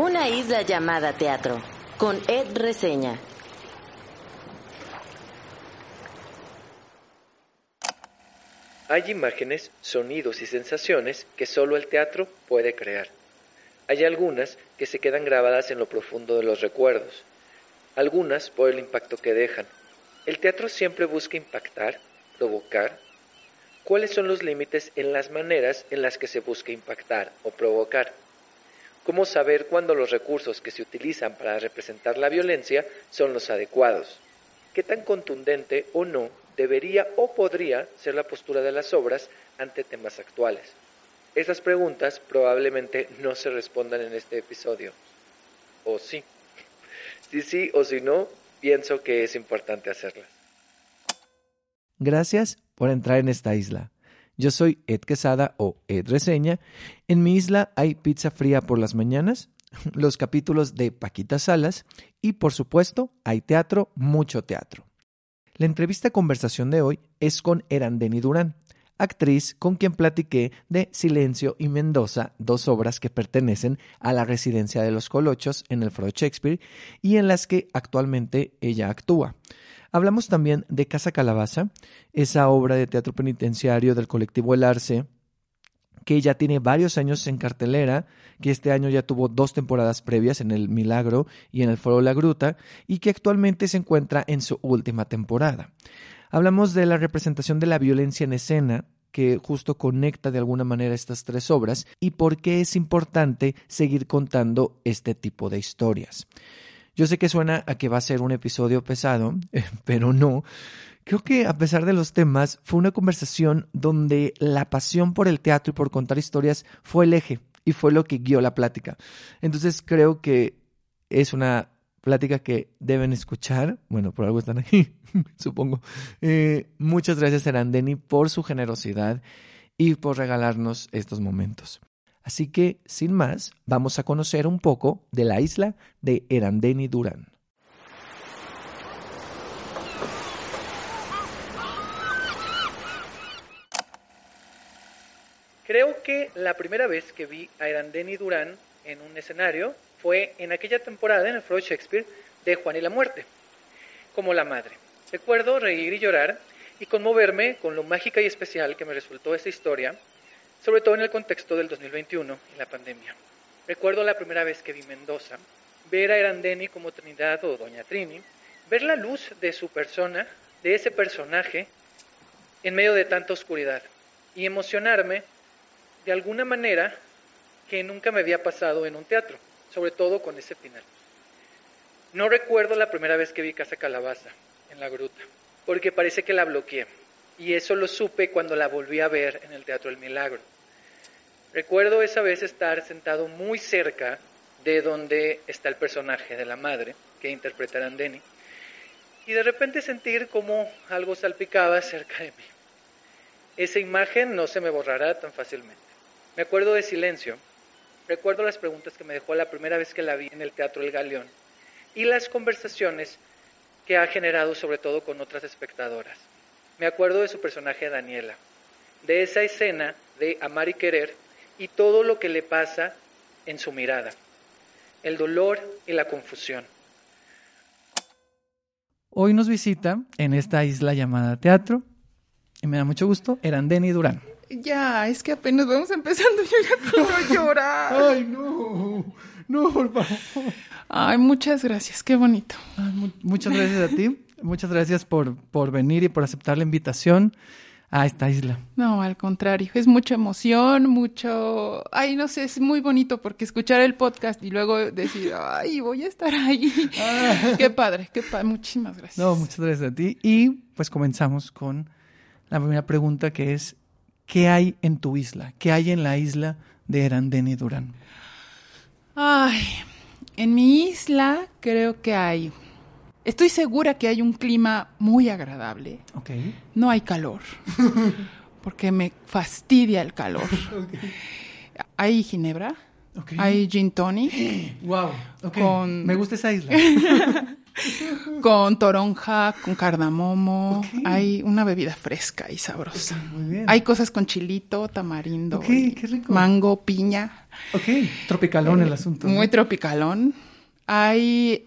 Una isla llamada teatro, con Ed Reseña. Hay imágenes, sonidos y sensaciones que solo el teatro puede crear. Hay algunas que se quedan grabadas en lo profundo de los recuerdos, algunas por el impacto que dejan. ¿El teatro siempre busca impactar, provocar? ¿Cuáles son los límites en las maneras en las que se busca impactar o provocar? ¿Cómo saber cuándo los recursos que se utilizan para representar la violencia son los adecuados? ¿Qué tan contundente o no debería o podría ser la postura de las obras ante temas actuales? Esas preguntas probablemente no se respondan en este episodio. ¿O sí? Si sí o si no, pienso que es importante hacerlas. Gracias por entrar en esta isla. Yo soy Ed Quesada o Ed Reseña. En mi isla hay pizza fría por las mañanas, los capítulos de Paquita Salas y, por supuesto, hay teatro, mucho teatro. La entrevista conversación de hoy es con Erandeny Durán, actriz con quien platiqué de Silencio y Mendoza, dos obras que pertenecen a la Residencia de los Colochos en el Foro Shakespeare y en las que actualmente ella actúa. Hablamos también de Casa Calabaza, esa obra de teatro penitenciario del colectivo El Arce, que ya tiene varios años en cartelera, que este año ya tuvo 2 temporadas previas en el Milagro y en el Foro La Gruta, y que actualmente se encuentra en su última temporada. Hablamos de la representación de la violencia en escena, que justo conecta de alguna manera estas 3 obras, y por qué es importante seguir contando este tipo de historias. Yo sé que suena a que va a ser un episodio pesado, pero no. Creo que a pesar de los temas, fue una conversación donde la pasión por el teatro y por contar historias fue el eje y fue lo que guió la plática. Entonces creo que es una plática que deben escuchar. Bueno, por algo están aquí, supongo. Muchas gracias, Erandeny, por su generosidad y por regalarnos estos momentos. Así que, sin más, vamos a conocer un poco de la isla de Erandeny Durán. Creo que la primera vez que vi a Erandeny Durán en un escenario fue en aquella temporada en el Foro Shakespeare de Juan y la Muerte, como la madre. Recuerdo reír y llorar y conmoverme con lo mágica y especial que me resultó esa historia, sobre todo en el contexto del 2021 y la pandemia. Recuerdo la primera vez que vi Mendoza, ver a Erandeny como Trinidad o Doña Trini, ver la luz de su persona, de ese personaje, en medio de tanta oscuridad, y emocionarme de alguna manera que nunca me había pasado en un teatro, sobre todo con ese final. No recuerdo la primera vez que vi Casa Calabaza en la Gruta, porque parece que la bloqueé, y eso lo supe cuando la volví a ver en el Teatro El Milagro. Recuerdo esa vez estar sentado muy cerca de donde está el personaje de la madre, que interpreta Erandeny, y de repente sentir como algo salpicaba cerca de mí. Esa imagen no se me borrará tan fácilmente. Me acuerdo de Silencio, recuerdo las preguntas que me dejó la primera vez que la vi en el Teatro El Galeón, y las conversaciones que ha generado sobre todo con otras espectadoras. Me acuerdo de su personaje Daniela, de esa escena de Amar y Querer y todo lo que le pasa en su mirada, el dolor y la confusión. Hoy nos visita en esta isla llamada teatro, y me da mucho gusto, Erandeny Durán. Ya, es que apenas vamos empezando, yo ya quiero llorar. Ay, no, por favor. Ay, muchas gracias, qué bonito. Muchas gracias a ti, muchas gracias por venir y por aceptar la invitación a esta isla. No, al contrario, es mucha emoción, ay, no sé, es muy bonito porque escuchar el podcast y luego decir, ay, voy a estar ahí. Qué padre, muchísimas gracias. No, muchas gracias a ti. Y pues comenzamos con la primera pregunta, que es, ¿qué hay en tu isla? ¿Qué hay en la isla de Erandeny Durán? Ay, en mi isla creo que estoy segura que hay un clima muy agradable. Okay. No hay calor, porque me fastidia el calor. Okay. Hay ginebra, Okay. Hay gin tonic. Wow. Okay. Me gusta esa isla. Con toronja, con cardamomo. Okay. Hay una bebida fresca y sabrosa. Okay, muy bien. Hay cosas con chilito, tamarindo, qué rico. mango, piña. Ok, tropicalón el asunto. Muy tropicalón. Hay...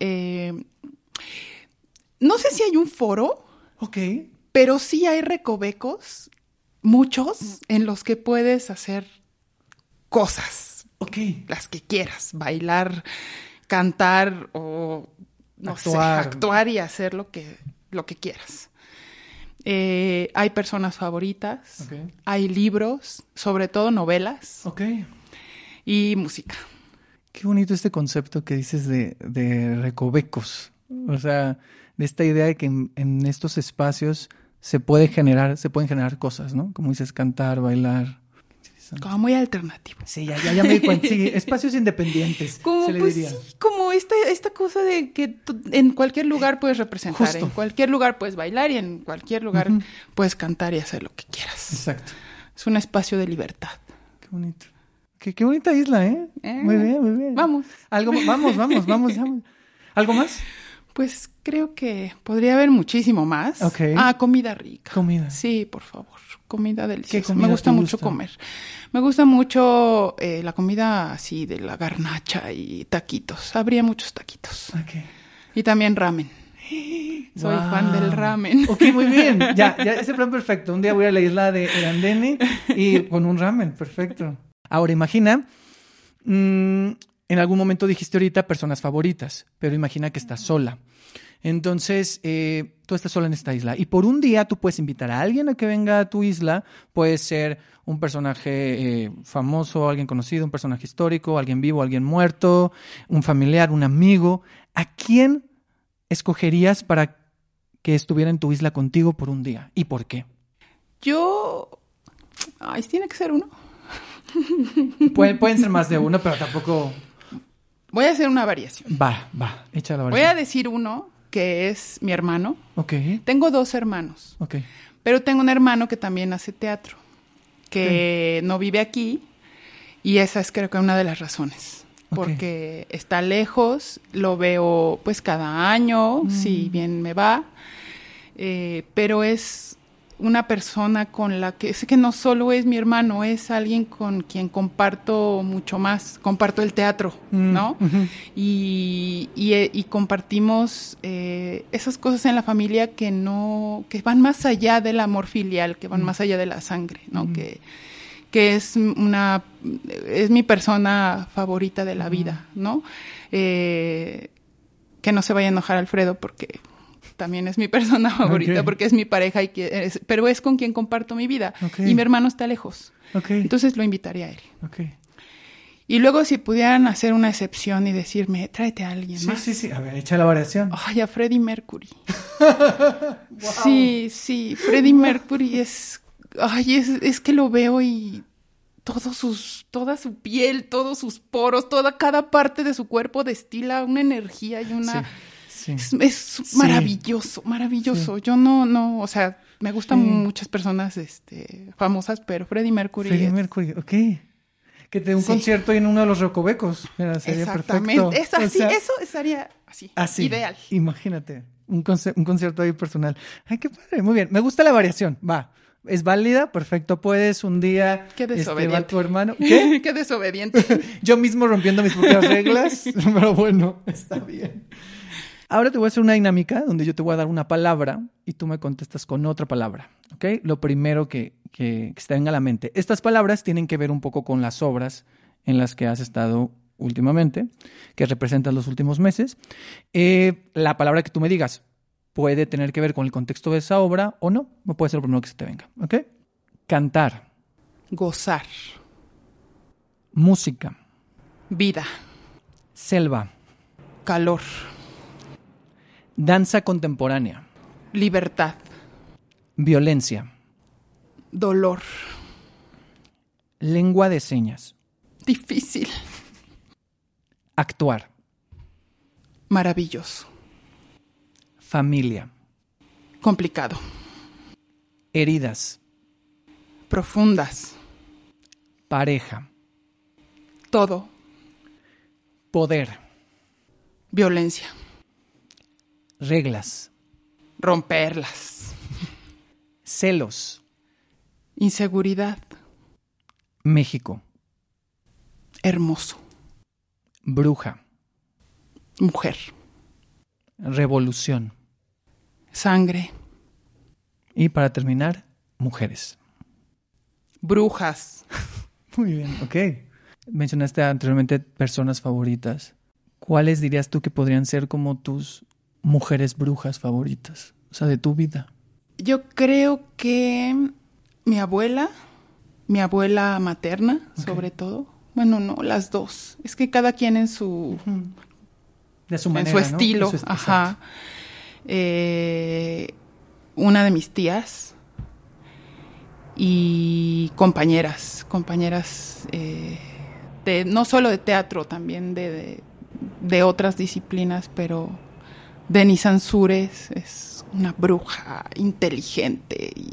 no sé si hay un foro. Ok. Pero sí hay recovecos, muchos, en los que puedes hacer cosas. Ok. Las que quieras. Bailar, cantar o actuar y hacer lo que quieras. Hay personas favoritas. Okay. Hay libros, sobre todo novelas. Ok. Y música. Qué bonito este concepto que dices de recovecos. O sea, de esta idea de que en estos espacios se pueden generar cosas, ¿no? Como dices, cantar, bailar. Como muy alternativo. Sí, ya me di cuenta. Sí, espacios independientes, como, se le pues, diría. Sí, como esta cosa de que en cualquier lugar puedes representar, Justo. En cualquier lugar puedes bailar y en cualquier lugar puedes cantar y hacer lo que quieras. Exacto. Es un espacio de libertad. Qué bonito. Qué bonita isla, ¿eh? Muy bien. Vamos. Vamos. ¿Algo más? Pues creo que podría haber muchísimo más. Ok. Comida rica. Comida. Sí, por favor. Comida deliciosa. ¿Qué comida Me gusta te mucho gusta? comer. Me gusta mucho la comida así de la garnacha y taquitos. Habría muchos taquitos. Ok. Y también ramen. Soy fan del ramen. Ok, muy bien. Ya, ese plan perfecto. Un día voy a la isla de Erandene y con un ramen. Perfecto. Ahora imagina, en algún momento dijiste ahorita personas favoritas, pero imagina que estás sola. Entonces, tú estás sola en esta isla y por un día tú puedes invitar a alguien a que venga a tu isla. Puede ser un personaje famoso, alguien conocido, un personaje histórico, alguien vivo, alguien muerto, un familiar, un amigo. ¿A quién escogerías para que estuviera en tu isla contigo por un día? ¿Y por qué? Tiene que ser uno. Pueden ser más de uno, pero tampoco... Voy a hacer una variación. Va, echa la Voy variación. a decir uno que es mi hermano. Ok. Tengo 2 hermanos, Ok. pero tengo un hermano que también hace teatro, que no vive aquí, y esa es creo que una de las razones. Porque está lejos, lo veo pues cada año, si bien me va, pero es una persona con la que, es que no solo es mi hermano, es alguien con quien comparto mucho más, comparto el teatro, ¿no? Y compartimos esas cosas en la familia que van más allá del amor filial, que van más allá de la sangre, ¿no? Que es mi persona favorita de la vida, ¿no? Que no se vaya a enojar Alfredo porque también es mi persona favorita, porque es mi pareja, pero es con quien comparto mi vida. Y mi hermano está lejos. Entonces lo invitaría a él. Y luego si pudieran hacer una excepción y decirme, tráete a alguien más. Sí. A ver, echa la variación. Ay, a Freddie Mercury. Wow. Sí, Freddie Mercury es que lo veo y toda su piel, todos sus poros, cada parte de su cuerpo destila una energía y una... Sí. Es maravilloso. Sí. Yo no, o sea, me gustan muchas personas famosas, pero Freddie Mercury, ok. Que te dé un concierto en uno de los recovecos. Sería perfecto. Eso estaría así, ideal. Imagínate, un concierto ahí personal. Ay, qué padre, muy bien. Me gusta la variación, va. Es válida, perfecto. Puedes un día... Qué desobediente. Va tu hermano. ¿Qué? Qué desobediente. Yo mismo rompiendo mis propias reglas, pero bueno, está bien. Ahora te voy a hacer una dinámica donde yo te voy a dar una palabra y tú me contestas con otra palabra, ¿ok? Lo primero que se te venga a la mente. Estas palabras tienen que ver un poco con las obras en las que has estado últimamente, que representan los últimos meses. La palabra que tú me digas puede tener que ver con el contexto de esa obra o no puede ser lo primero que se te venga, ¿ok? Cantar. Gozar. Música. Vida. Selva. Calor. Danza contemporánea. Libertad. Violencia. Dolor. Lengua de señas. Difícil. Actuar. Maravilloso. Familia. Complicado. Heridas. Profundas. Pareja. Todo. Poder. Violencia. Reglas. Romperlas. Celos. Inseguridad. México. Hermoso. Bruja. Mujer. Revolución. Sangre. Y para terminar, mujeres. Brujas. Muy bien, ok. Mencionaste anteriormente personas favoritas. ¿Cuáles dirías tú que podrían ser como tus mujeres brujas favoritas? O sea, de tu vida. Yo creo que mi abuela materna, sobre todo. Bueno, no, las dos. Es que cada quien en su... De su manera, en su estilo. ¿no? En su Ajá. Una de mis tías y compañeras de no solo de teatro, también de otras disciplinas, pero Denise Ansúrez es una bruja inteligente y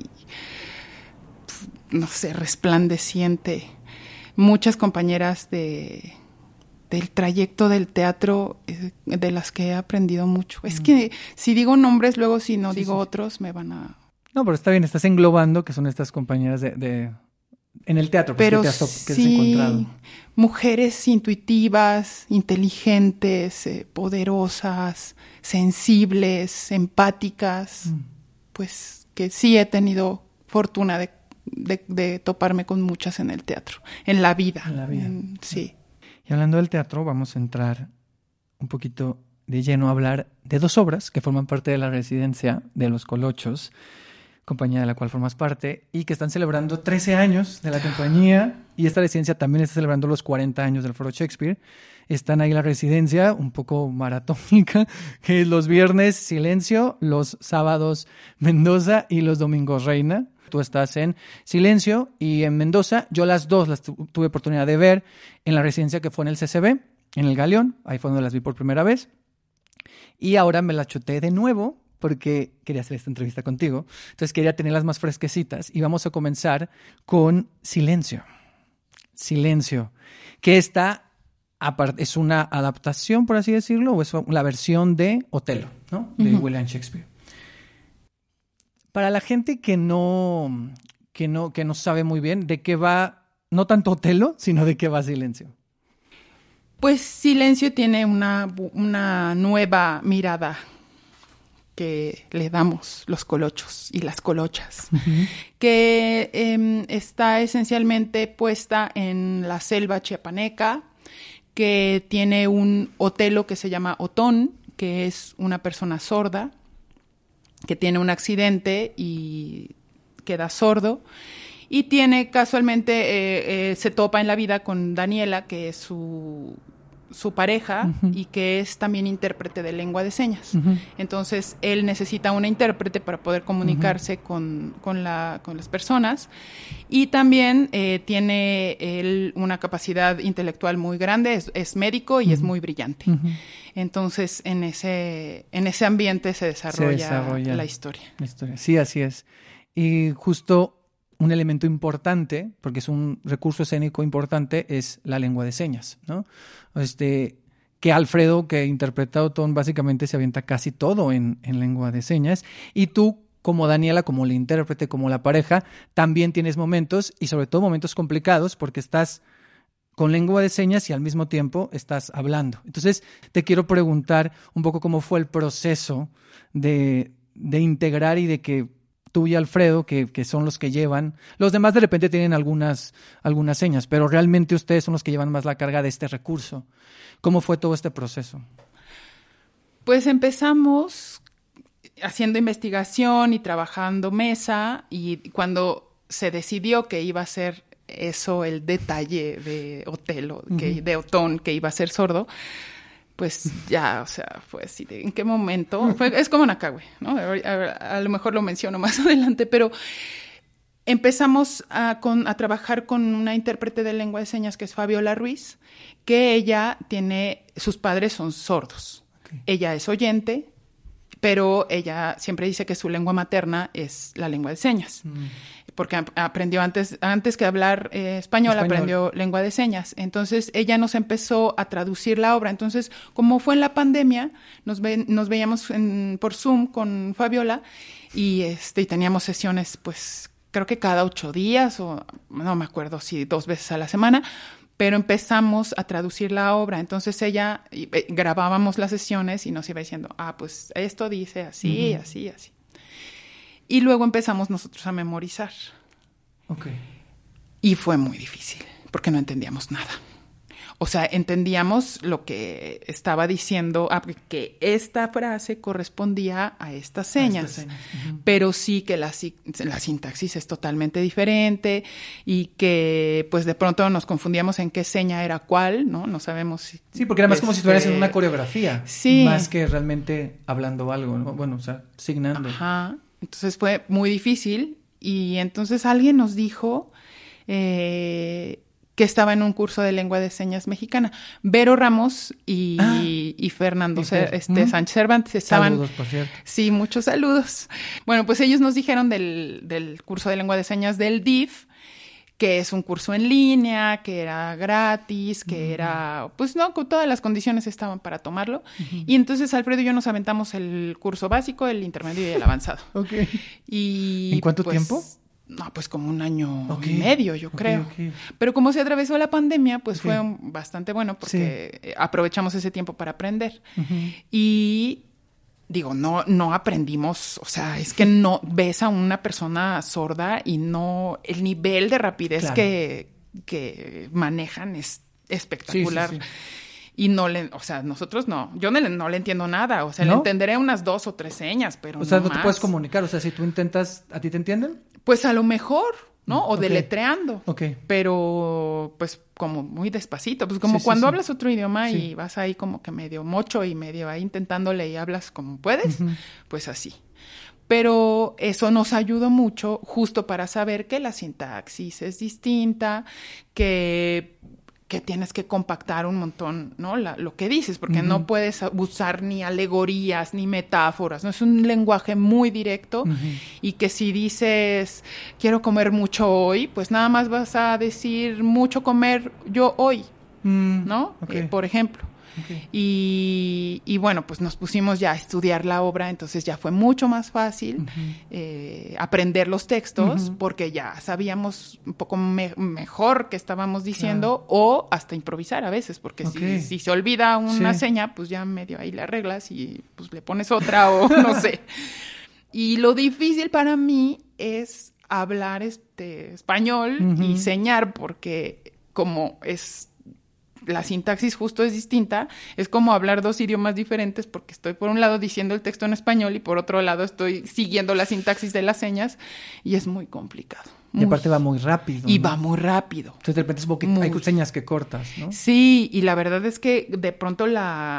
no sé, resplandeciente. Muchas compañeras del trayecto del teatro de las que he aprendido mucho. Es que si digo nombres, luego si no digo otros, me van a... No, pero está bien, estás englobando que son estas compañeras en el teatro, pues, pero que has encontrado. Mujeres intuitivas, inteligentes, poderosas, sensibles, empáticas, pues que sí he tenido fortuna de toparme con muchas en el teatro, en la vida. En la vida. Sí. Y hablando del teatro, vamos a entrar un poquito de lleno a hablar de dos obras que forman parte de la residencia de Los Colochos, compañía de la cual formas parte, y que están celebrando 13 años de la compañía, y esta residencia también está celebrando los 40 años del Foro Shakespeare. Están ahí la residencia, un poco maratónica, que es los viernes Silencio, los sábados Mendoza y los domingos Reina. Tú estás en Silencio y en Mendoza. Yo las dos las tuve oportunidad de ver en la residencia que fue en el CCB, en el Galeón. Ahí fue donde las vi por primera vez. Y ahora me las chuté de nuevo porque quería hacer esta entrevista contigo. Entonces quería tenerlas más fresquecitas. Y vamos a comenzar con Silencio. Silencio, que es una adaptación, por así decirlo, o es la versión de Otelo, ¿no? De William Shakespeare. Para la gente que no sabe muy bien de qué va, no tanto Otelo, sino de qué va Silencio. Pues Silencio tiene una nueva mirada que le damos los colochos y las colochas, que está esencialmente puesta en la selva chiapaneca, que tiene un Otelo que se llama Otón, que es una persona sorda, que tiene un accidente y queda sordo, y tiene casualmente, se topa en la vida con Daniela, que es su pareja, y que es también intérprete de lengua de señas. Entonces, él necesita una intérprete para poder comunicarse con las personas, y también tiene él una capacidad intelectual muy grande, es médico y es muy brillante. Entonces, en ese ambiente se desarrolla la historia. Sí, así es. Y justo un elemento importante, porque es un recurso escénico importante, es la lengua de señas, ¿no? Que Alfredo, que interpreta a Otón, básicamente se avienta casi todo en lengua de señas. Y tú, como Daniela, como la intérprete, como la pareja, también tienes momentos, y sobre todo momentos complicados, porque estás con lengua de señas y al mismo tiempo estás hablando. Entonces, te quiero preguntar un poco cómo fue el proceso de integrar y de que tú y Alfredo, que son los que llevan, los demás de repente tienen algunas señas, pero realmente ustedes son los que llevan más la carga de este recurso. ¿Cómo fue todo este proceso? Pues empezamos haciendo investigación y trabajando mesa, y cuando se decidió que iba a ser eso el detalle de Otelo, de Otón, que iba a ser sordo, pues ya, o sea, fue así de ¿en qué momento? Es como Nacahue, ¿no? A lo mejor lo menciono más adelante, pero empezamos a trabajar con una intérprete de lengua de señas que es Fabiola Ruiz, que ella sus padres son sordos. Okay. Ella es oyente, pero ella siempre dice que su lengua materna es la lengua de señas, porque aprendió antes que hablar español, aprendió lengua de señas. Entonces, ella nos empezó a traducir la obra. Entonces, como fue en la pandemia, nos veíamos por Zoom con Fabiola y teníamos sesiones, pues, creo que cada 8 días, o no me acuerdo si 2 veces a la semana, pero empezamos a traducir la obra. Entonces ella, grabábamos las sesiones y nos iba diciendo, pues esto dice así, así, así. Y luego empezamos nosotros a memorizar. Ok. Y fue muy difícil, porque no entendíamos nada. O sea, entendíamos lo que estaba diciendo, que esta frase correspondía a estas señas. Pero sí que la sintaxis es totalmente diferente y que pues de pronto nos confundíamos en qué seña era cuál, ¿no? No sabemos si... Sí, porque era más como si estuvieras en una coreografía. Sí. Más que realmente hablando algo, ¿no? Bueno, o sea, signando. Ajá. Entonces fue muy difícil y entonces alguien nos dijo... que estaba en un curso de lengua de señas mexicana. Vero Ramos y Fernando Sánchez Cervantes estaban... Saludos, por cierto. Sí, muchos saludos. Bueno, pues ellos nos dijeron del curso de lengua de señas del DIF, que es un curso en línea, que era gratis, que era... Pues no, con todas las condiciones estaban para tomarlo. Y entonces Alfredo y yo nos aventamos el curso básico, el intermedio y el avanzado. Ok. Y, ¿En cuánto tiempo? No, pues como 1 año y medio, yo creo. Okay. Pero como se atravesó la pandemia, pues fue bastante bueno porque aprovechamos ese tiempo para aprender. Y digo, no aprendimos, o sea, es que no ves a una persona sorda y no, el nivel de rapidez que manejan es espectacular. Sí. Y o sea, nosotros no, yo no le entiendo nada, o sea, ¿no? Le entenderé unas 2 o 3 señas, pero o sea, no te puedes comunicar, o sea, si tú intentas, ¿a ti te entienden? Pues a lo mejor, ¿no? O deletreando. Ok. Pero, pues, como muy despacito. Pues como cuando hablas otro idioma y vas ahí como que medio mocho y medio ahí intentándole y hablas como puedes, pues así. Pero eso nos ayudó mucho justo para saber que la sintaxis es distinta, que tienes que compactar un montón, ¿no? Lo que dices, porque no puedes usar ni alegorías ni metáforas, ¿no? Es un lenguaje muy directo y que si dices quiero comer mucho hoy, pues nada más vas a decir mucho comer yo hoy, ¿no? Okay. Por ejemplo. Okay. Y bueno, pues nos pusimos ya a estudiar la obra, entonces ya fue mucho más fácil aprender los textos porque ya sabíamos un poco mejor qué estábamos diciendo o hasta improvisar a veces, porque si se olvida una seña, pues ya medio ahí la arreglas y pues le pones otra o no sé. Y lo difícil para mí es hablar español y señar, porque como es... La sintaxis justo es distinta, es como hablar 2 idiomas diferentes porque estoy por un lado diciendo el texto en español y por otro lado estoy siguiendo la sintaxis de las señas y es muy complicado. Y aparte va muy rápido. Y va muy rápido. Entonces de repente es porque hay señas que cortas, ¿no? Sí, y la verdad es que de pronto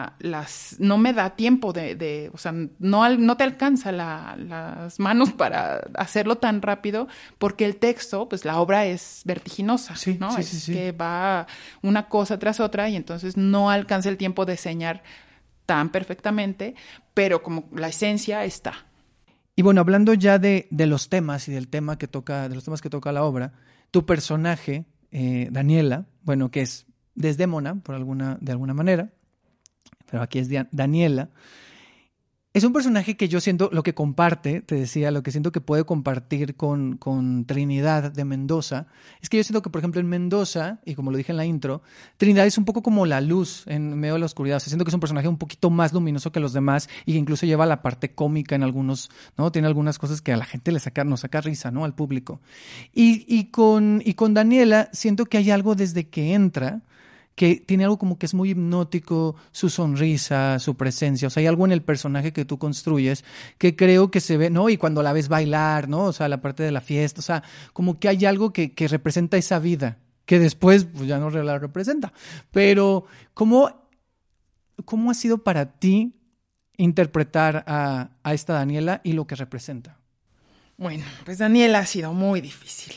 no me da tiempo o sea, no te alcanza las manos para hacerlo tan rápido porque el texto, pues la obra es vertiginosa, ¿no? Sí. Que va una cosa tras otra y entonces no alcanza el tiempo de señar tan perfectamente, pero como la esencia está. Y bueno, hablando ya de los temas y de los temas que toca la obra, tu personaje, Daniela, bueno, que es Desdémona, de alguna manera, pero aquí es Daniela, es un personaje que yo siento lo que comparte, te decía, lo que siento que puede compartir con Trinidad de Mendoza, es que yo siento que, por ejemplo, en Mendoza, y como lo dije en la intro, Trinidad es un poco como la luz en medio de la oscuridad. O sea, siento que es un personaje un poquito más luminoso que los demás y que incluso lleva la parte cómica en algunos, ¿no? Tiene algunas cosas que a la gente nos saca risa, ¿no? Al público. Y con Daniela siento que hay algo desde que entra que tiene algo como que es muy hipnótico, su sonrisa, su presencia. O sea, hay algo en el personaje que tú construyes que creo que se ve, ¿no? Y cuando la ves bailar, ¿no? O sea, la parte de la fiesta, o sea, como que hay algo que representa esa vida, que después pues, ya no la representa. Pero, ¿cómo ha sido para ti interpretar a esta Daniela y lo que representa? Bueno, pues Daniela ha sido muy difícil.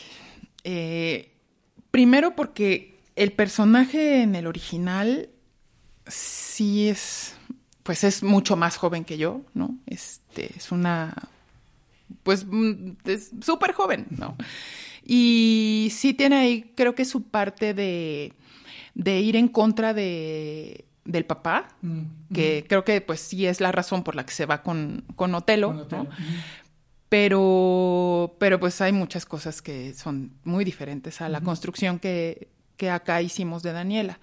Primero porque el personaje en el original sí es pues es mucho más joven que yo, ¿no? Es una, pues, es súper joven, ¿no? Y sí tiene ahí, creo que su parte de ir en contra del papá, que creo que pues sí es la razón por la que se va con Otelo, ¿no? Pero pues hay muchas cosas que son muy diferentes a la construcción que acá hicimos de Daniela.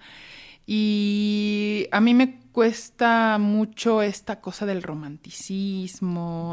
Y a mí me cuesta mucho esta cosa del romanticismo,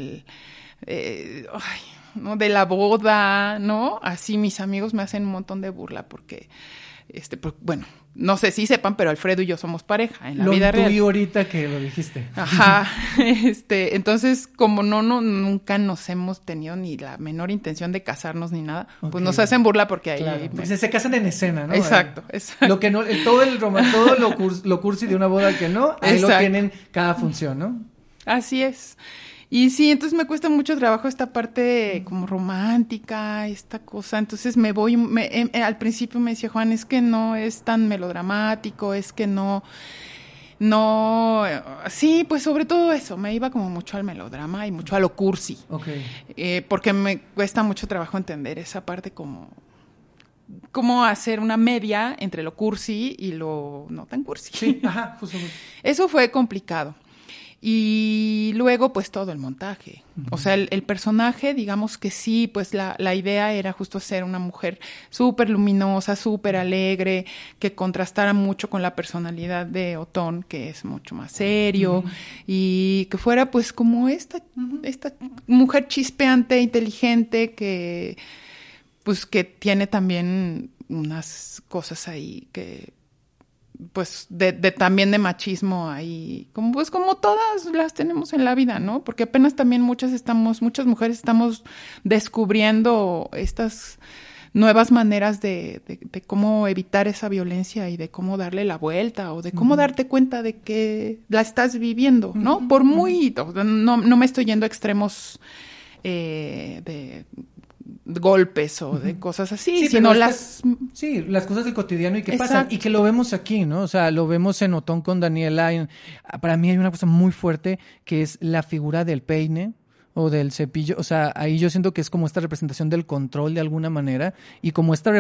¿no? De la boda, ¿no? Así mis amigos me hacen un montón de burla porque, bueno, no sé si sepan, pero Alfredo y yo somos pareja en la vida real. Lo intuí ahorita que lo dijiste. Ajá, entonces como nunca nos hemos tenido ni la menor intención de casarnos ni nada, pues nos hacen burla porque ahí... Claro, porque se casan en escena, ¿no? Exacto. Lo que no, todo lo cursi de una boda que no, ahí lo tienen cada función, ¿no? Así es. Y sí, entonces me cuesta mucho trabajo esta parte como romántica, esta cosa. Entonces al principio me decía Juan, es que no es tan melodramático, es que no, sí, pues sobre todo eso, me iba como mucho al melodrama y mucho a lo cursi. Okay. Porque me cuesta mucho trabajo entender esa parte como hacer una media entre lo cursi y lo no tan cursi. Sí, ajá, justamente. Eso fue complicado. Y luego, pues, todo el montaje. O sea, el personaje, digamos que sí, pues, la idea era justo ser una mujer súper luminosa, súper alegre, que contrastara mucho con la personalidad de Otón, que es mucho más serio, y que fuera, pues, como esta mujer chispeante, inteligente, que, pues, que tiene también unas cosas ahí que... pues también de machismo ahí, como todas las tenemos en la vida, ¿no? Porque apenas también muchas mujeres estamos descubriendo estas nuevas maneras de cómo evitar esa violencia y de cómo darle la vuelta o de cómo darte cuenta de que la estás viviendo, ¿no? Por muy... No me estoy yendo a extremos de golpes o de cosas así, sino las cosas del cotidiano y que pasan, y que lo vemos aquí, ¿no? O sea, lo vemos en Otón con Daniela. Para mí hay una cosa muy fuerte que es la figura del peine o del cepillo. O sea, ahí yo siento que es como esta representación del control de alguna manera y como esta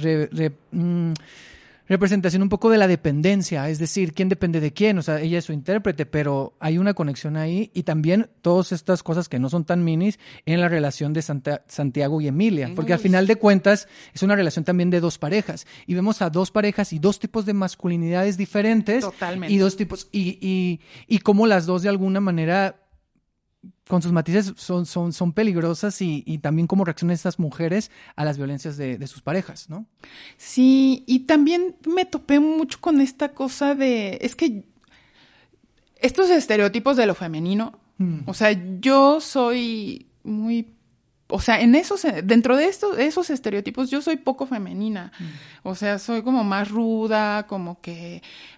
representación un poco de la dependencia, es decir, quién depende de quién, o sea, ella es su intérprete, pero hay una conexión ahí y también todas estas cosas que no son tan minis en la relación de Santiago y Emilia, porque al final de cuentas es una relación también de dos parejas y vemos a dos parejas y dos tipos de masculinidades diferentes. Totalmente. Y dos tipos y cómo las dos de alguna manera con sus matices son peligrosas y también cómo reaccionan estas mujeres a las violencias de sus parejas, ¿no? Sí, y también me topé mucho con esta cosa es que estos estereotipos de lo femenino, o sea, yo soy muy... O sea, dentro de esos estereotipos, yo soy poco femenina. O sea, soy como más ruda, como que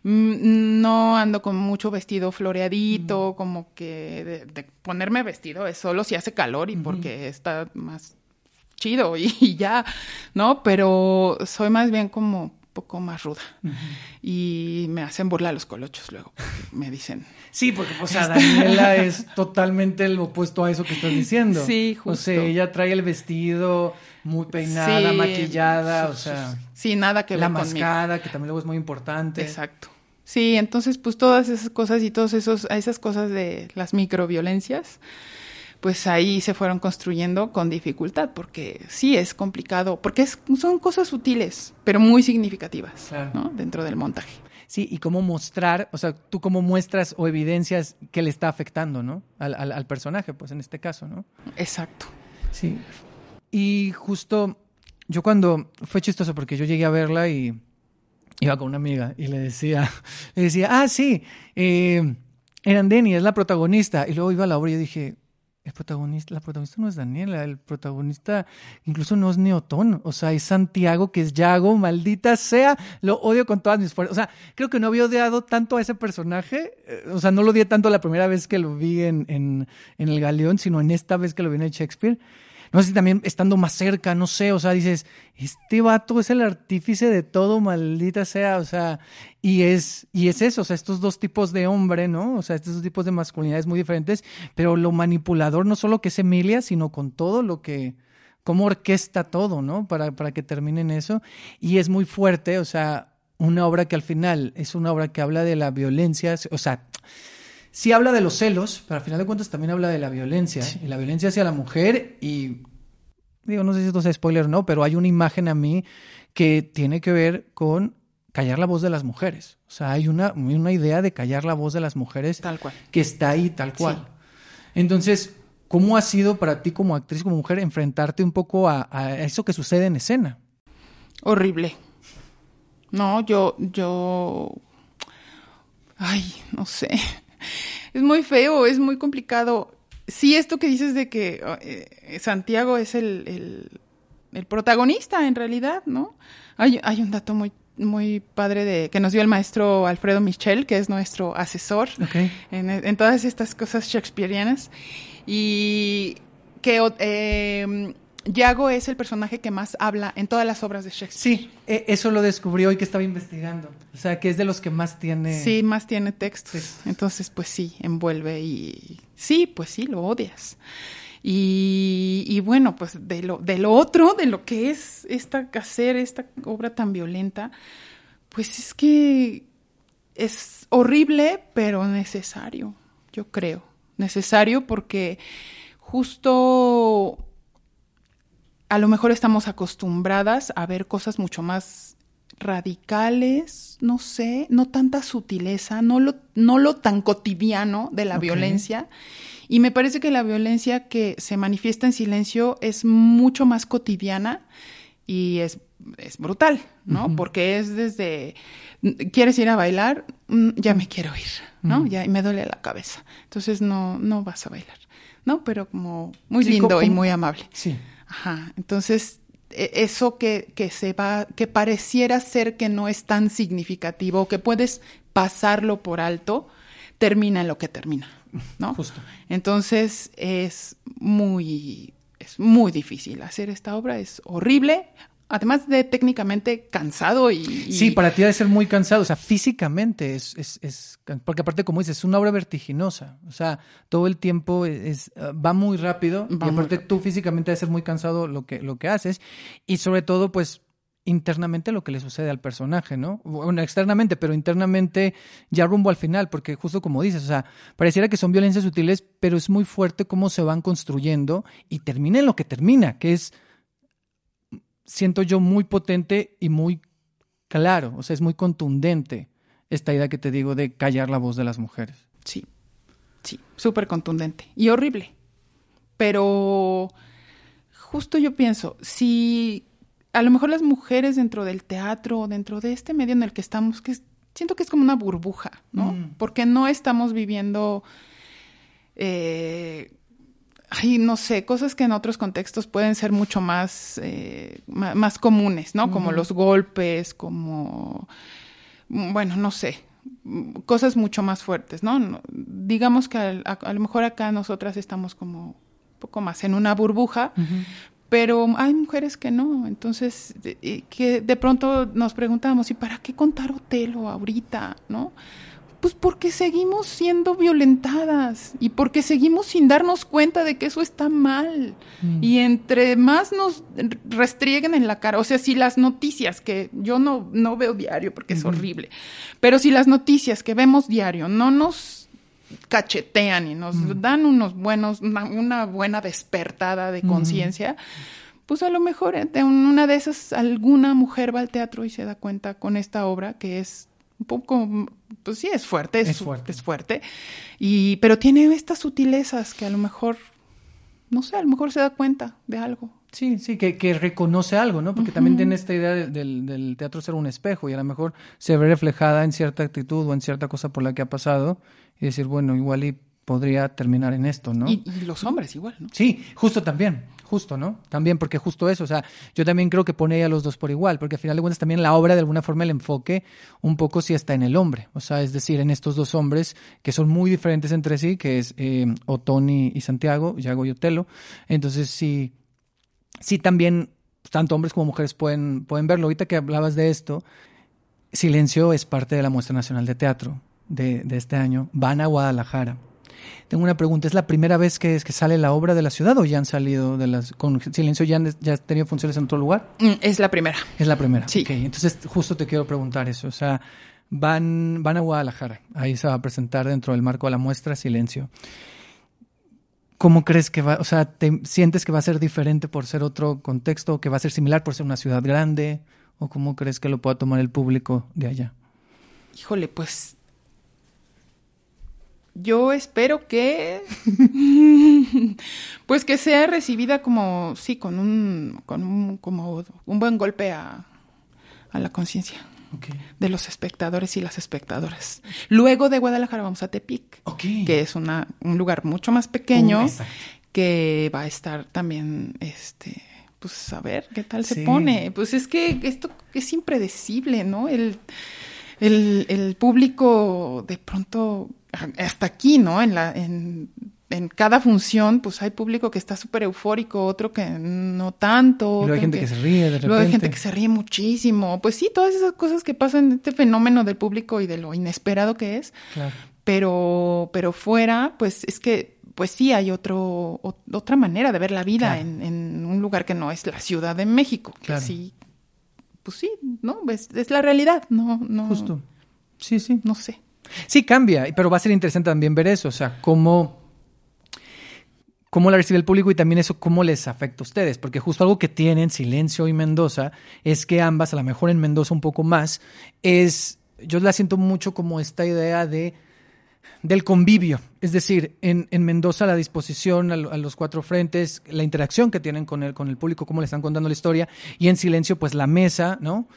no ando con mucho vestido floreadito, como que de ponerme vestido es solo si hace calor y porque está más chido y ya, ¿no? Pero soy más bien como poco más ruda. Y me hacen burla los colochos luego. Me dicen... Sí, porque, o sea, Daniela es totalmente el opuesto a eso que estás diciendo. Sí, justo. O sea, ella trae el vestido muy peinada, maquillada, o sea... Sí, nada que ver conmigo. La mascada, que también luego es muy importante. Exacto. Sí, entonces, pues, todas esas cosas y esas cosas de las microviolencias, pues ahí se fueron construyendo con dificultad, porque sí es complicado, porque son cosas sutiles, pero muy significativas, claro, ¿no? Dentro del montaje. Sí, y cómo mostrar, o sea, tú cómo muestras o evidencias que le está afectando, ¿no? Al personaje, pues en este caso, ¿no? Exacto. Sí. Y justo, yo cuando, fue chistoso porque yo llegué a verla y iba con una amiga y le decía, sí, Erandeni es la protagonista. Y luego iba a la obra y yo dije, la protagonista no es Daniela, el protagonista incluso no es ni Otón, o sea, es Santiago, que es Yago, maldita sea, lo odio con todas mis fuerzas. O sea, creo que no había odiado tanto a ese personaje, o sea, no lo odié tanto la primera vez que lo vi en el Galeón, sino en esta vez que lo vi en el Shakespeare. no sé si también estando más cerca, no sé, o sea, dices, este vato es el artífice de todo, maldita sea, o sea, y es eso, o sea, estos dos tipos de hombre, ¿no? O sea, estos dos tipos de masculinidades muy diferentes, pero lo manipulador no solo que es Emilia, sino con todo lo que, cómo orquesta todo, ¿no? Para que termine en eso, y es muy fuerte, o sea, una obra que al final es una obra que habla de la violencia, o sea, sí habla de los celos, pero al final de cuentas también habla de la violencia, Sí. y la violencia hacia la mujer, y digo, no sé si esto es spoiler o no, pero hay una imagen a mí que tiene que ver con callar la voz de las mujeres. O sea, hay una idea de callar la voz de las mujeres Tal cual. que está ahí tal cual. Sí. Entonces, ¿cómo ha sido para ti como actriz, como mujer, enfrentarte un poco a eso que sucede en escena? Horrible. No, ay, no sé. Es muy feo, es muy complicado. Sí, esto que dices de que Santiago es el protagonista en realidad, ¿no? Hay un dato muy, muy padre que nos dio el maestro Alfredo Michel, que es nuestro asesor Okay. en todas estas cosas shakespearianas. Y que Yago es el personaje que más habla en todas las obras de Shakespeare. Sí, eso lo descubrí hoy que estaba investigando. O sea, que es de los que más tiene... Sí, más tiene textos. Sí. Entonces, pues sí, envuelve y sí, pues sí, lo odias. Y bueno, pues de lo otro, de lo que es esta obra tan violenta, pues es que es horrible, pero necesario, yo creo. Necesario porque justo a lo mejor estamos acostumbradas a ver cosas mucho más radicales, no sé, no tanta sutileza, no lo tan cotidiano de la violencia. Y me parece que la violencia que se manifiesta en silencio es mucho más cotidiana y es brutal, ¿no? Uh-huh. Porque es desde, ¿quieres ir a bailar? Ya me quiero ir, ¿no? Ya me duele la cabeza. Entonces no vas a bailar, ¿no? Pero como muy lindo y muy amable. Sí. Ajá, entonces eso que pareciera ser que no es tan significativo, que puedes pasarlo por alto, termina en lo que termina, ¿no? Justo. Entonces es muy difícil hacer esta obra, es horrible, además de técnicamente cansado y... Sí, para ti debe ser muy cansado, o sea, físicamente porque aparte, como dices, es una obra vertiginosa, o sea, todo el tiempo va muy rápido, y aparte tú físicamente debe ser muy cansado lo que haces, y sobre todo, pues, internamente lo que le sucede al personaje, ¿no? Bueno, externamente, pero internamente ya rumbo al final, porque justo como dices, o sea, pareciera que son violencias sutiles, pero es muy fuerte cómo se van construyendo y termina en lo que termina, que es, siento yo, muy potente y muy claro, o sea, es muy contundente esta idea que te digo de callar la voz de las mujeres. Sí, súper contundente y horrible, pero justo yo pienso, si a lo mejor las mujeres dentro del teatro, dentro de este medio en el que estamos, que siento que es como una burbuja, ¿no? Porque no estamos viviendo, no sé, cosas que en otros contextos pueden ser mucho más comunes, ¿no? Como los golpes, como, bueno, no sé, cosas mucho más fuertes, ¿no? Digamos que a lo mejor acá nosotras estamos como un poco más en una burbuja, pero hay mujeres que no, entonces que de pronto nos preguntamos, ¿y para qué contar Otelo ahorita, no? Pues porque seguimos siendo violentadas y porque seguimos sin darnos cuenta de que eso está mal. Y entre más nos restrieguen en la cara, o sea, si las noticias, que yo no veo diario porque es horrible, pero si las noticias que vemos diario no nos cachetean y nos dan una buena despertada de conciencia, pues a lo mejor en una de esas alguna mujer va al teatro y se da cuenta con esta obra que es un poco, pues sí, es fuerte, es fuerte, pero tiene estas sutilezas que a lo mejor, no sé, a lo mejor se da cuenta de algo. Sí, que reconoce algo, ¿no? Porque también tiene esta idea del teatro ser un espejo y a lo mejor se ve reflejada en cierta actitud o en cierta cosa por la que ha pasado y decir, bueno, igual y podría terminar en esto, ¿no? Y los hombres igual, ¿no? Sí, justo, ¿no? También, porque justo eso, o sea, yo también creo que pone ahí a los dos por igual, porque al final de cuentas también la obra de alguna forma el enfoque un poco sí está en el hombre, o sea, es decir, en estos dos hombres que son muy diferentes entre sí, que es Otón y Santiago, Yago y Otelo, entonces sí, sí también, tanto hombres como mujeres pueden verlo. Ahorita que hablabas de esto, Silencio es parte de la Muestra Nacional de Teatro de este año. Van a Guadalajara. Tengo una pregunta, ¿es la primera vez que sale la obra de la ciudad o ya han salido con Silencio, ya han tenido funciones en otro lugar? Es la primera. Es la primera, sí. Okay. Entonces justo te quiero preguntar eso, o sea, van a Guadalajara, ahí se va a presentar dentro del marco de la muestra Silencio. ¿Cómo crees que va, o sea, te sientes que va a ser diferente por ser otro contexto, o que va a ser similar por ser una ciudad grande, o cómo crees que lo pueda tomar el público de allá? Híjole, pues yo espero que pues que sea recibida como sí, con un buen golpe a la conciencia. Okay. De los espectadores y las espectadoras. Luego de Guadalajara vamos a Tepic, Okay. que es un lugar mucho más pequeño, que va a estar también, pues a ver qué tal se pone. Pues es que esto es impredecible, ¿no? El público de pronto, hasta aquí, ¿no? En cada función, pues hay público que está súper eufórico, otro que no tanto. Y luego hay gente que se ríe de repente. Luego hay gente que se ríe muchísimo. Pues sí, todas esas cosas que pasan, este fenómeno del público y de lo inesperado que es. Claro. Pero fuera, pues es que, pues sí, hay otra manera de ver la vida, claro, en un lugar que no es la Ciudad de México. Claro. Que sí, pues sí, ¿no? Es la realidad, no. Justo. Sí. No sé. Sí, cambia, pero va a ser interesante también ver eso, o sea, cómo la recibe el público y también eso cómo les afecta a ustedes, porque justo algo que tienen Silencio y Mendoza es que ambas, a lo mejor en Mendoza un poco más, yo la siento mucho como esta idea del convivio, es decir, en Mendoza la disposición a los cuatro frentes, la interacción que tienen con el público, cómo le están contando la historia, y en Silencio pues la mesa, ¿no?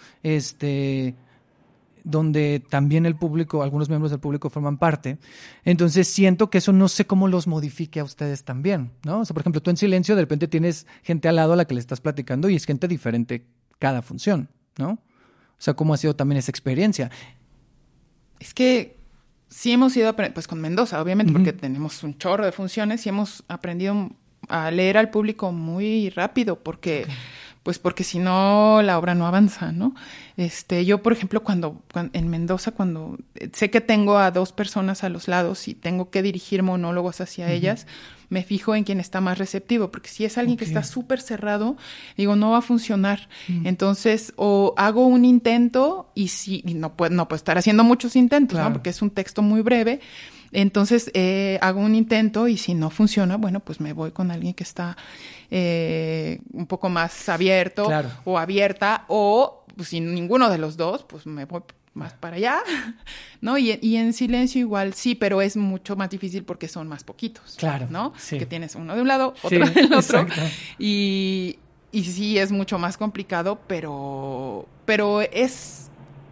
Donde también el público, algunos miembros del público forman parte. Entonces siento que eso no sé cómo los modifique a ustedes también, ¿no? O sea, por ejemplo, tú en Silencio de repente tienes gente al lado a la que le estás platicando y es gente diferente cada función, ¿no? O sea, ¿cómo ha sido también esa experiencia? Es que sí hemos ido pues con Mendoza, obviamente, porque tenemos un chorro de funciones y hemos aprendido a leer al público muy rápido porque... Okay. Pues porque si no, la obra no avanza, ¿no? Yo, por ejemplo, cuando en Mendoza, cuando sé que tengo a dos personas a los lados y tengo que dirigir monólogos hacia ellas, me fijo en quién está más receptivo, porque si es alguien que está súper cerrado, digo, no va a funcionar. Entonces, o hago un intento y no puedo estar haciendo muchos intentos, claro, ¿no? Porque es un texto muy breve. Entonces, hago un intento y si no funciona, bueno, pues me voy con alguien que está un poco más abierto, claro, o abierta, o pues, si ninguno de los dos, pues me voy más para allá, ¿no? Y en Silencio igual sí, pero es mucho más difícil porque son más poquitos, claro, ¿no? Sí. Que tienes uno de un lado, otro del otro. Exacto. Y sí es mucho más complicado, pero es...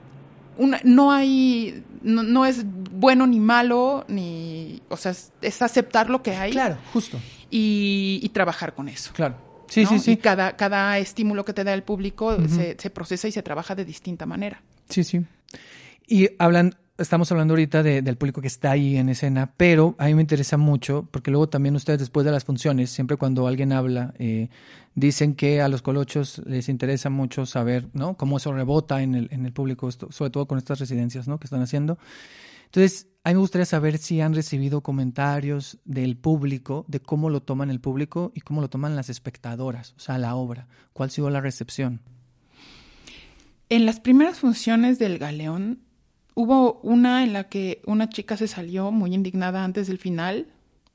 no es bueno ni malo, o sea, es aceptar lo que hay. Claro, justo. Y trabajar con eso. Claro. Sí, ¿no? sí. Y cada estímulo que te da el público se procesa y se trabaja de distinta manera. Sí. Y estamos hablando ahorita del público que está ahí en escena, pero a mí me interesa mucho, porque luego también ustedes después de las funciones, siempre cuando alguien habla, dicen que a los colochos les interesa mucho saber, ¿no? Cómo eso rebota en el público, sobre todo con estas residencias, ¿no? Que están haciendo. Entonces, a mí me gustaría saber si han recibido comentarios del público, de cómo lo toman el público y cómo lo toman las espectadoras, o sea, la obra. ¿Cuál ha sido la recepción? En las primeras funciones del Galeón, hubo una en la que una chica se salió muy indignada antes del final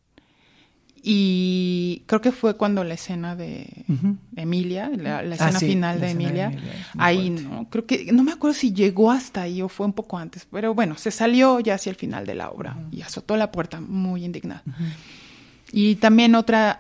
y creo que fue cuando la escena de Emilia, la escena final de Emilia, ahí fuerte. No, creo que, no me acuerdo si llegó hasta ahí o fue un poco antes, pero bueno, se salió ya hacia el final de la obra y azotó la puerta muy indignada. Y también otra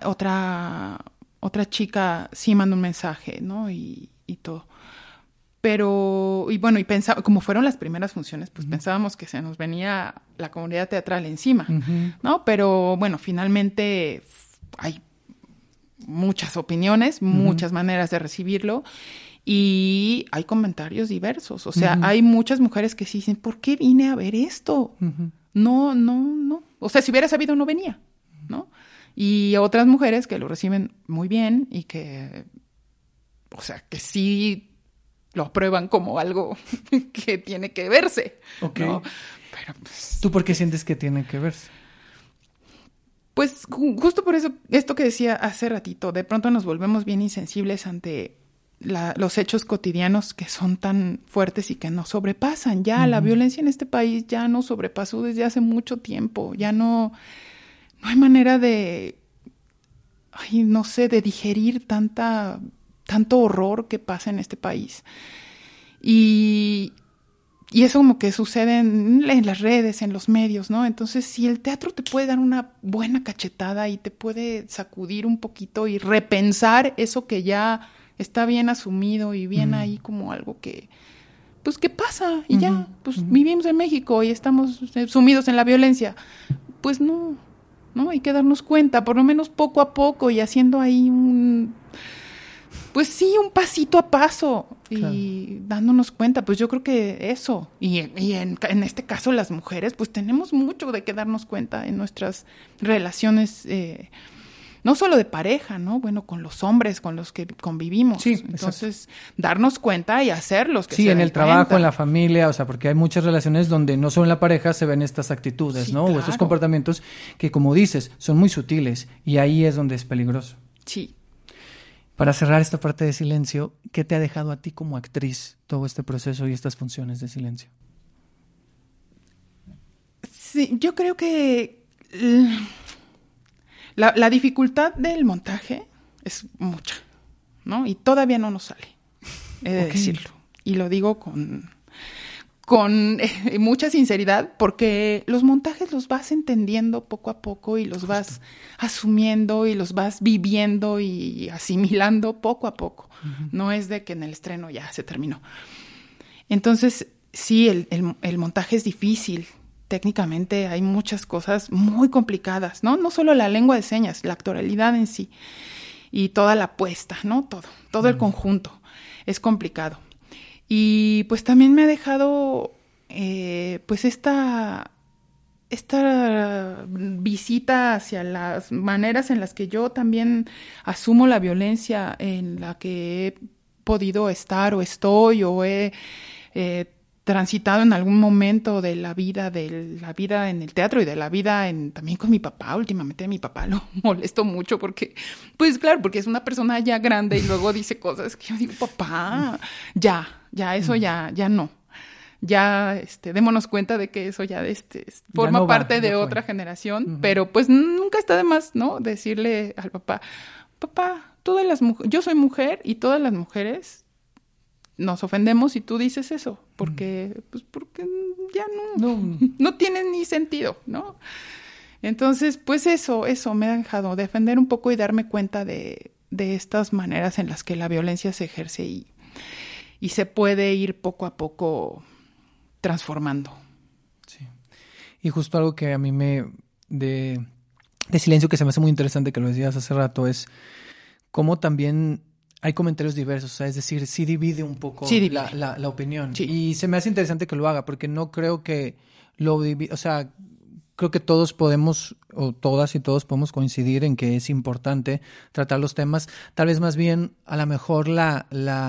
chica sí mandó un mensaje, ¿no? Y todo. Pero, y bueno, y pensaba, como fueron las primeras funciones, pues pensábamos que se nos venía la comunidad teatral encima, ¿no? Pero bueno, finalmente hay muchas opiniones, muchas maneras de recibirlo y hay comentarios diversos. O sea, hay muchas mujeres que sí dicen, ¿por qué vine a ver esto? No. O sea, si hubiera sabido, no venía, ¿no? Y otras mujeres que lo reciben muy bien y que o sea, que sí lo aprueban como algo que tiene que verse, Okay. ¿no? Pero pues, ¿Tú por qué sientes que tiene que verse? pues justo por eso, esto que decía hace ratito, de pronto nos volvemos bien insensibles ante los hechos cotidianos que son tan fuertes y que nos sobrepasan. Ya la violencia en este país ya nos sobrepasó desde hace mucho tiempo. Ya no hay manera de, no sé, de digerir tanto horror que pasa en este país. Y eso como que sucede en las redes, en los medios, ¿no? Entonces, si el teatro te puede dar una buena cachetada y te puede sacudir un poquito y repensar eso que ya está bien asumido y bien ahí como algo que, pues, ¿qué pasa? Y ya, pues, vivimos en México y estamos sumidos en la violencia. Pues no, hay que darnos cuenta, por lo menos poco a poco y haciendo ahí pues sí, un pasito a paso y dándonos cuenta, pues yo creo que eso, y en este caso las mujeres, pues tenemos mucho de que darnos cuenta en nuestras relaciones, no solo de pareja, ¿no? Bueno, con los hombres con los que convivimos. Sí, entonces, darnos cuenta y hacerlos. Sí, en el trabajo, en la familia, o sea, porque hay muchas relaciones donde no solo en la pareja se ven estas actitudes, Sí, ¿no? claro. O estos comportamientos que, como dices, son muy sutiles y ahí es donde es peligroso. Sí. Para cerrar esta parte de silencio, ¿qué te ha dejado a ti como actriz todo este proceso y estas funciones de silencio? Sí, yo creo que la dificultad del montaje es mucha, ¿no? Y todavía no nos sale, he de decirlo. Y lo digo con mucha sinceridad, porque los montajes los vas entendiendo poco a poco y los vas asumiendo y los vas viviendo y asimilando poco a poco. No es de que en el estreno ya se terminó. Entonces, sí, el montaje es difícil. Técnicamente hay muchas cosas muy complicadas, ¿no? No solo la lengua de señas, la actoralidad en sí y toda la puesta, ¿no? Todo el conjunto es complicado. Y pues también me ha dejado pues esta visita hacia las maneras en las que yo también asumo la violencia, en la que he podido estar o estoy o he transitado en algún momento de la vida en el teatro y de la vida también con mi papá. Últimamente a mi papá lo molesto mucho porque, pues claro, porque es una persona ya grande y luego dice cosas que yo digo, papá, ya, eso ya no. Ya, démonos cuenta de que eso ya forma no va, parte de ya fue. otra generación, pero pues nunca está de más, ¿no? Decirle al papá, todas las mujeres, yo soy mujer y todas las mujeres nos ofendemos si tú dices eso, porque ya no tiene ni sentido, ¿no? Entonces, pues eso me ha dejado defender un poco y darme cuenta de estas maneras en las que la violencia se ejerce y se puede ir poco a poco transformando. Sí. Y justo algo que a mí de silencio que se me hace muy interesante, que lo decías hace rato, es cómo también hay comentarios diversos, o sea, es decir, sí divide un poco la opinión. Sí. Y se me hace interesante que lo haga, porque no creo que lo divida, o sea, creo que todos podemos, o todas y todos podemos coincidir en que es importante tratar los temas. Tal vez más bien, a lo mejor la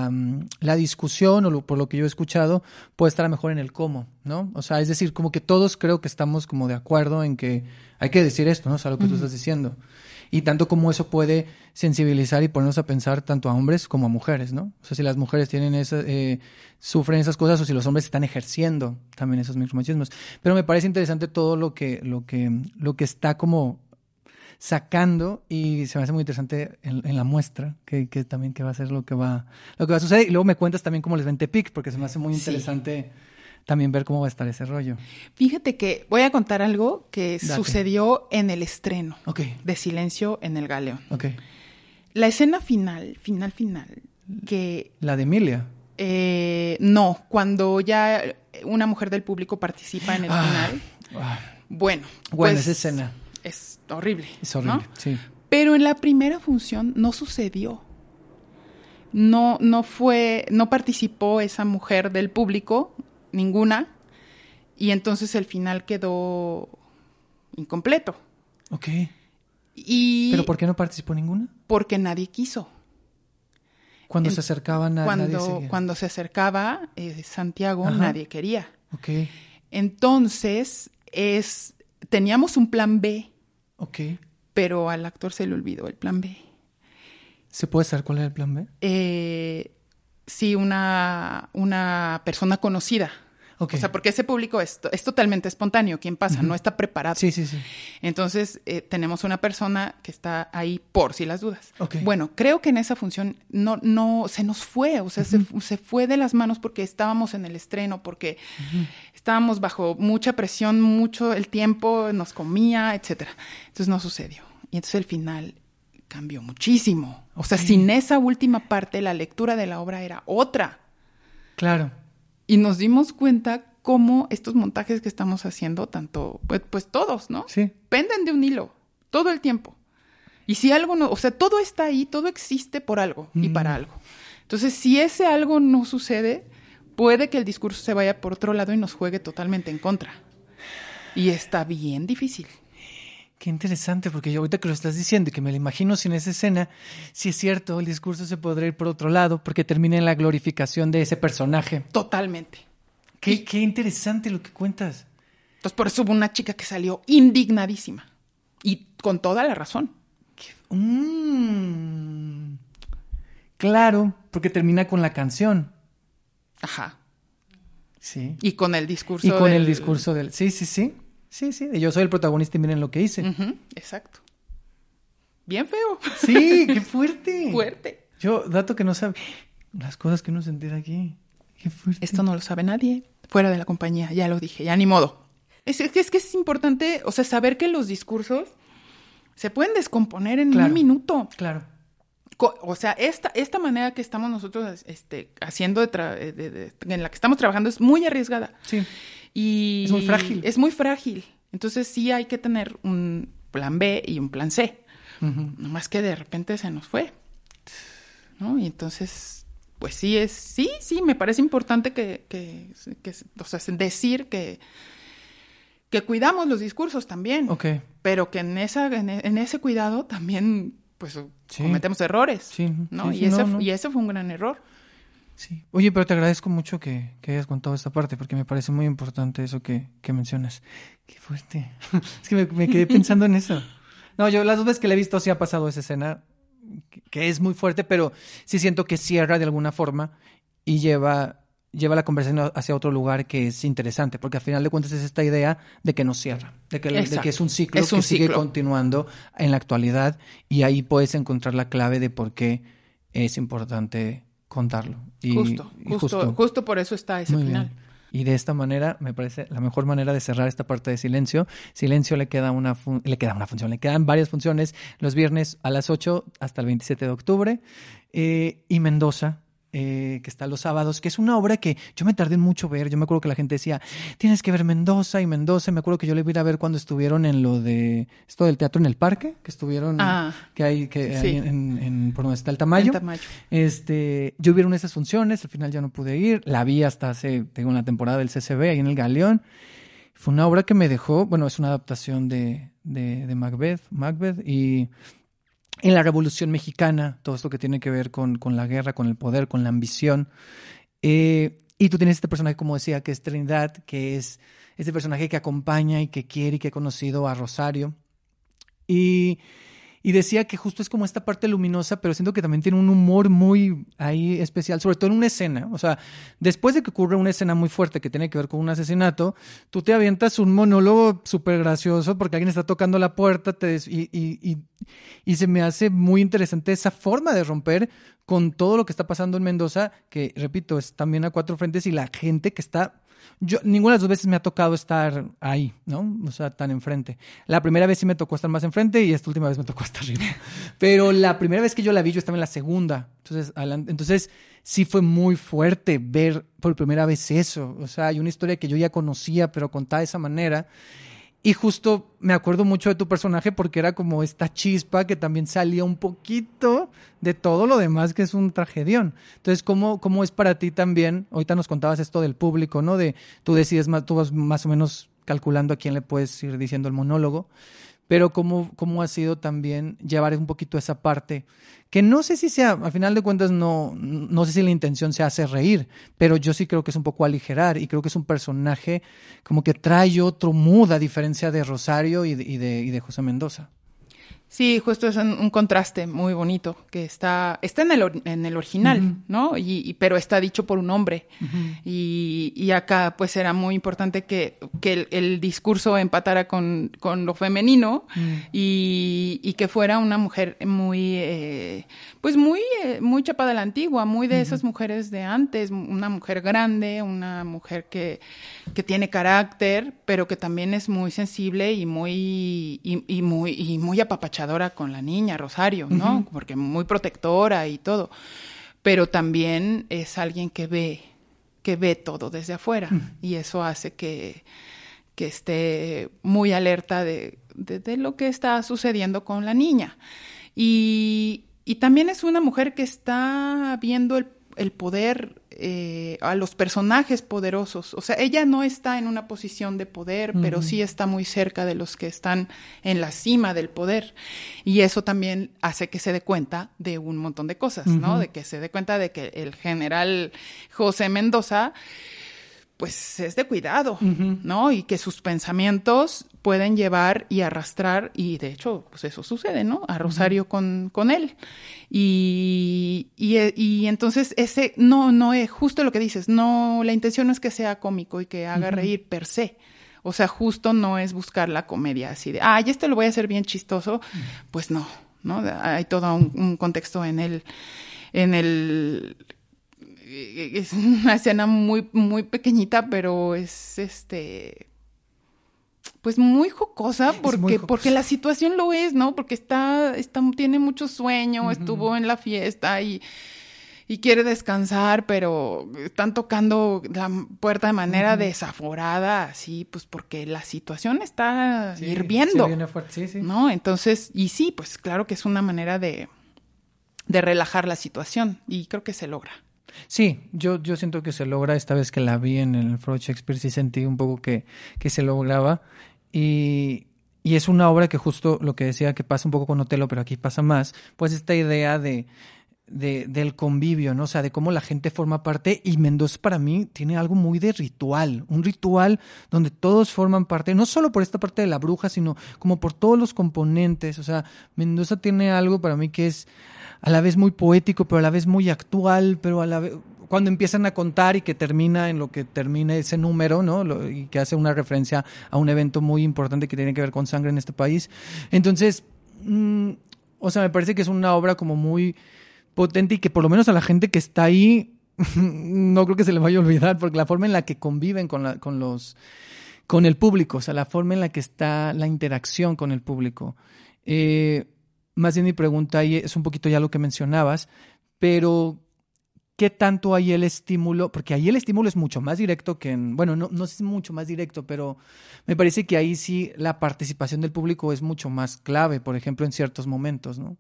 discusión, o por lo que yo he escuchado, puede estar a lo mejor en el cómo, ¿no? O sea, es decir, como que todos creo que estamos como de acuerdo en que hay que decir esto, ¿no? O sea, lo que tú estás diciendo. Y tanto como eso puede sensibilizar y ponernos a pensar tanto a hombres como a mujeres, ¿no? O sea, si las mujeres tienen sufren esas cosas, o si los hombres están ejerciendo también esos micromachismos. Pero me parece interesante todo lo que está como sacando, y se me hace muy interesante en la muestra, que también que va a ser lo que va a suceder. Y luego me cuentas también cómo les va en Tepic, porque se me hace muy interesante también ver cómo va a estar ese rollo. Fíjate que voy a contar algo que sucedió en el estreno de Silencio en el Galeón. Okay. La escena final, que... ¿La de Emilia? No, cuando ya una mujer del público participa en el final. Bueno, pues, esa escena. Es horrible. Es horrible, ¿no? Sí. Pero en la primera función no sucedió. No participó esa mujer del público, ninguna, y entonces el final quedó incompleto. ¿Pero por qué no participó ninguna? Porque nadie quiso. Cuando se acercaban a nadie seguía. Cuando se acercaba Santiago, Ajá. nadie quería. Ok, Entonces, teníamos un plan B, ok. pero al actor se le olvidó el plan B. ¿Se puede saber cuál era el plan B? Sí, una persona conocida. Ok. O sea, porque ese público es totalmente espontáneo. ¿Quién pasa? Ujú. No está preparado. Sí, sí, sí. Entonces, tenemos una persona que está ahí por si las dudas. Ok. Bueno, creo que en esa función no se nos fue, o sea, se fue de las manos porque estábamos en el estreno, porque estábamos bajo mucha presión, mucho el tiempo nos comía, etcétera. Entonces no sucedió. Y entonces el final cambió muchísimo. O sea, sin esa última parte, la lectura de la obra era otra. Claro. Y nos dimos cuenta cómo estos montajes que estamos haciendo, tanto, pues todos, ¿no? Sí. Penden de un hilo, todo el tiempo. Y si algo no, o sea, todo está ahí, todo existe por algo y para algo. Entonces, si ese algo no sucede, puede que el discurso se vaya por otro lado y nos juegue totalmente en contra. Y está bien difícil. Qué interesante, porque yo ahorita que lo estás diciendo y que me lo imagino sin esa escena, sí es cierto, el discurso se podrá ir por otro lado porque termina en la glorificación de ese personaje. Totalmente. Qué interesante lo que cuentas. Entonces, por eso hubo una chica que salió indignadísima. Y con toda la razón. Claro, porque termina con la canción. Ajá. Sí. Y con el discurso Y con el discurso del... Sí, sí, sí. Sí, sí. Yo soy el protagonista y miren lo que hice. Ujú, exacto. Bien feo. Sí, qué fuerte. Fuerte. Yo, dato que no sabe... Las cosas que uno se entera aquí. Qué fuerte. Esto no lo sabe nadie fuera de la compañía. Ya lo dije, ya ni modo. Es que es importante, o sea, saber que los discursos se pueden descomponer en Claro. un minuto. Claro. O sea, esta manera que estamos nosotros haciendo, en la que estamos trabajando es muy arriesgada. Sí. Y Es muy frágil. Es muy frágil. Entonces sí hay que tener un plan B y un plan C. Ujú. Nomás que de repente se nos fue, ¿no? Y entonces, pues sí, me parece importante que o sea, decir que cuidamos los discursos también. Ok. Pero que en ese cuidado también, pues, Sí. cometemos errores, Sí, ¿no? sí, Y sí, ese, no. y ese fue un gran error. Sí. Oye, pero te agradezco mucho que hayas contado esta parte, porque me parece muy importante eso que mencionas. Qué fuerte. Es que me quedé pensando en eso. No, yo las dos veces que la he visto sí ha pasado esa escena, que es muy fuerte, pero sí siento que cierra de alguna forma y lleva la conversación hacia otro lugar que es interesante, porque al final de cuentas es esta idea de que no cierra, de que es un ciclo Es un que sigue ciclo. continuando en la actualidad, y ahí puedes encontrar la clave de por qué es importante contarlo. Y Justo por eso está ese Muy final. bien. Y de esta manera, me parece la mejor manera de cerrar esta parte de Silencio. Silencio le queda una función, le quedan varias funciones los viernes a las 8 hasta el 27 de octubre. Y Mendoza, que está los sábados, que es una obra que yo me tardé mucho ver. Yo me acuerdo que la gente decía, tienes que ver Mendoza. Me acuerdo que yo le iba a ir a ver cuando estuvieron en lo de esto del teatro en el parque, que estuvieron Sí. ahí por donde está el Tamayo. En Tamayo. Yo vieron esas funciones, al final ya no pude ir. La vi hasta en la temporada del CCB, ahí en el Galeón. Fue una obra que me dejó, bueno, es una adaptación de Macbeth, y en la Revolución Mexicana, todo esto que tiene que ver con la guerra, con el poder, con la ambición. Y tú tienes este personaje, como decía, que es Trinidad, que es este personaje que acompaña y que quiere y que ha conocido a Rosario. Y decía que justo es como esta parte luminosa, pero siento que también tiene un humor muy ahí especial, sobre todo en una escena. O sea, después de que ocurre una escena muy fuerte que tiene que ver con un asesinato, tú te avientas un monólogo súper gracioso porque alguien está tocando la puerta y se me hace muy interesante esa forma de romper con todo lo que está pasando en Mendoza, que, repito, es también a cuatro frentes, y la gente que está... ninguna de las dos veces me ha tocado estar ahí, ¿no? O sea, tan enfrente. La primera vez sí me tocó estar más enfrente y esta última vez me tocó estar arriba. Pero la primera vez que yo la vi, yo estaba en la segunda. Entonces sí fue muy fuerte ver por primera vez eso. O sea, hay una historia que yo ya conocía, pero contada de esa manera. Y justo me acuerdo mucho de tu personaje porque era como esta chispa que también salía un poquito de todo lo demás, que es un tragedión. Entonces, ¿cómo es para ti también? Ahorita nos contabas esto del público, ¿no? Tú vas más o menos calculando a quién le puedes ir diciendo el monólogo. pero cómo ha sido también llevar un poquito esa parte, que no sé si sea, al final de cuentas no sé si la intención se hace reír, pero yo sí creo que es un poco aligerar, y creo que es un personaje como que trae otro mood a diferencia de Rosario y de José Mendoza. Sí, justo es un contraste muy bonito que está en el original, uh-huh. ¿no? Pero está dicho por un hombre. Uh-huh. Y acá pues era muy importante que el discurso empatara con lo femenino, uh-huh. y que fuera una mujer muy chapada a la antigua, muy de uh-huh. esas mujeres de antes, una mujer grande, una mujer que tiene carácter, pero que también es muy sensible y muy apapachada con la niña, Rosario, ¿no? Uh-huh. Porque muy protectora y todo. Pero también es alguien que ve todo desde afuera. Uh-huh. Y eso hace que esté muy alerta de lo que está sucediendo con la niña. Y también es una mujer que está viendo el poder, a los personajes poderosos. O sea, ella no está en una posición de poder, uh-huh. pero sí está muy cerca de los que están en la cima del poder. Y eso también hace que se dé cuenta de un montón de cosas, uh-huh. ¿no? De que se dé cuenta de que el general José Mendoza pues es de cuidado, uh-huh. ¿no? Y que sus pensamientos pueden llevar y arrastrar, y de hecho, pues eso sucede, ¿no? A Rosario uh-huh. con él. Y entonces ese, no es justo lo que dices, no, la intención no es que sea cómico y que haga uh-huh. reír per se. O sea, justo no es buscar la comedia así de, y lo voy a hacer bien chistoso. Uh-huh. Pues no. Hay todo un contexto en el es una escena muy, muy pequeñita, pero es pues muy jocosa porque la situación lo es, ¿no? Porque tiene mucho sueño, uh-huh. estuvo en la fiesta y quiere descansar, pero están tocando la puerta de manera uh-huh. desaforada, así, pues porque la situación está hirviendo. Sí, viene fuerte, sí. ¿No? Entonces, y sí, pues claro que es una manera de relajar la situación, y creo que se logra. Sí, yo siento que se logra. Esta vez que la vi en el Foro Shakespeare sí sentí un poco que se lograba, y es una obra que justo lo que decía que pasa un poco con Otelo, pero aquí pasa más, pues esta idea del convivio, ¿no? O sea, de cómo la gente forma parte, y Mendoza para mí tiene algo muy de ritual, un ritual donde todos forman parte, no solo por esta parte de la bruja, sino como por todos los componentes. O sea, Mendoza tiene algo para mí que es a la vez muy poético, pero a la vez muy actual, pero a la vez, cuando empiezan a contar y que termina en lo que termina ese número, ¿no? Y que hace una referencia a un evento muy importante que tiene que ver con sangre en este país. Entonces, o sea, me parece que es una obra como muy potente, y que por lo menos a la gente que está ahí no creo que se le vaya a olvidar, porque la forma en la que conviven con el público, o sea, la forma en la que está la interacción con el público. Más bien mi pregunta ahí es un poquito ya lo que mencionabas, pero ¿qué tanto hay el estímulo? Porque ahí el estímulo es mucho más directo que no es mucho más directo, pero me parece que ahí sí la participación del público es mucho más clave, por ejemplo, en ciertos momentos, ¿no?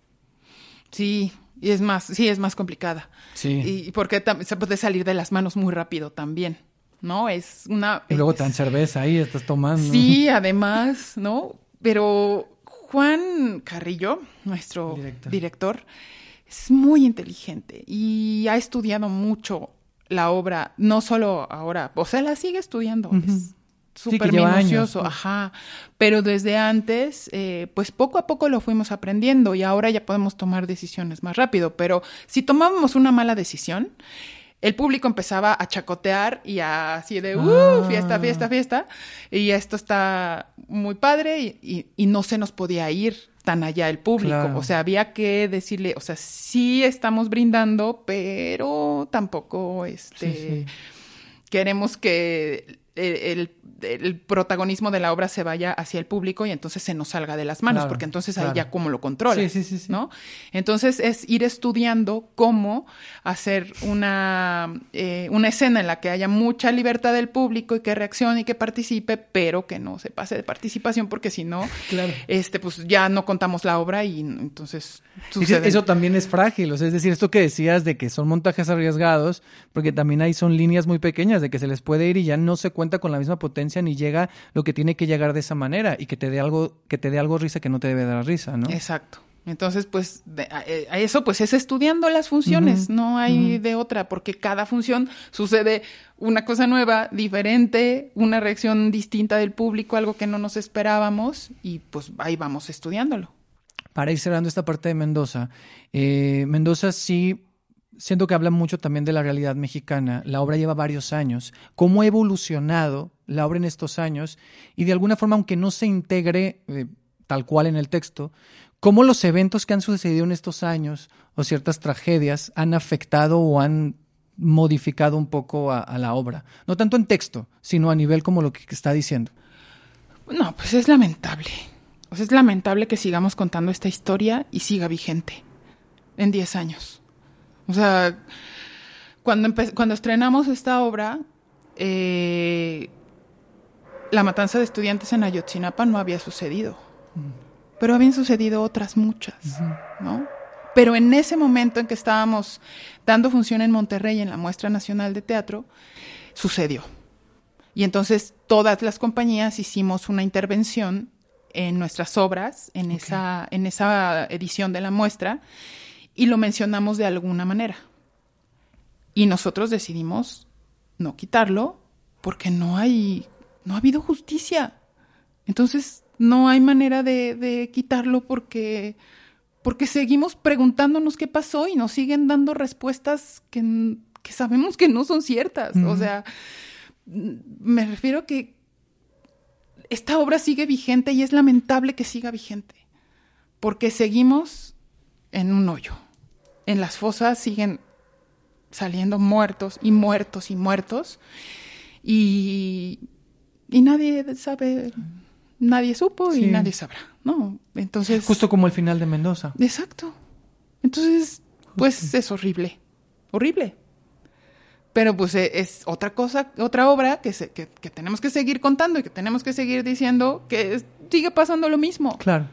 Sí, y es más complicada. Sí. Y porque se puede salir de las manos muy rápido también, ¿no? Y luego te dan cerveza ahí, estás tomando. Sí, además, ¿no? Pero Juan Carrillo, nuestro director, es muy inteligente y ha estudiado mucho la obra, no solo ahora, o sea, la sigue estudiando, uh-huh. Es súper minucioso, años, ajá, pero desde antes, pues poco a poco lo fuimos aprendiendo, y ahora ya podemos tomar decisiones más rápido, pero si tomábamos una mala decisión, el público empezaba a chacotear y así de, fiesta, y esto está muy padre, y no se nos podía ir tan allá el público. Claro. O sea, había que decirle, o sea, sí estamos brindando, pero tampoco queremos que el protagonismo de la obra se vaya hacia el público y entonces se nos salga de las manos, claro, porque entonces ahí ya cómo lo controlas, sí. ¿no? Entonces es ir estudiando cómo hacer una escena en la que haya mucha libertad del público y que reaccione y que participe, pero que no se pase de participación, porque si no, claro, pues ya no contamos la obra y entonces sucede. Eso también es frágil, o sea, es decir, esto que decías de que son montajes arriesgados, porque también ahí son líneas muy pequeñas de que se les puede ir y ya no se cuenta cuenta con la misma potencia ni llega lo que tiene que llegar de esa manera y que te dé algo risa que no te debe dar risa, ¿no? Exacto. Entonces, pues, a eso pues es estudiando las funciones, no hay de otra, porque cada función sucede una cosa nueva, diferente, una reacción distinta del público, algo que no nos esperábamos, y pues ahí vamos estudiándolo. Para ir cerrando esta parte de Mendoza, Mendoza sí siento que habla mucho también de la realidad mexicana. La obra lleva varios años. ¿Cómo ha evolucionado la obra en estos años? Y de alguna forma, aunque no se integre tal cual en el texto, ¿cómo los eventos que han sucedido en estos años o ciertas tragedias han afectado o han modificado un poco a la obra? No tanto en texto, sino a nivel como lo que está diciendo. No, pues es lamentable. O sea, es lamentable que sigamos contando esta historia y siga vigente en 10 años. O sea, cuando estrenamos esta obra, la matanza de estudiantes en Ayotzinapa no había sucedido. Pero habían sucedido otras muchas, ¿no? Pero en ese momento en que estábamos dando función en Monterrey, en la Muestra Nacional de Teatro, sucedió. Y entonces todas las compañías hicimos una intervención en nuestras obras, en esa edición de la muestra, y lo mencionamos de alguna manera. Y nosotros decidimos no quitarlo porque no ha habido justicia. Entonces no hay manera de quitarlo porque seguimos preguntándonos qué pasó y nos siguen dando respuestas que sabemos que no son ciertas. O sea, me refiero a que esta obra sigue vigente y es lamentable que siga vigente porque seguimos en un hoyo. En las fosas siguen saliendo muertos y muertos y muertos y nadie sabe... Nadie supo y nadie sabrá, ¿no? Entonces... Justo como el final de Mendoza. Exacto. Entonces, pues es horrible. Horrible. Pero pues es otra cosa, otra obra que tenemos que seguir contando y que tenemos que seguir diciendo que sigue pasando lo mismo. Claro.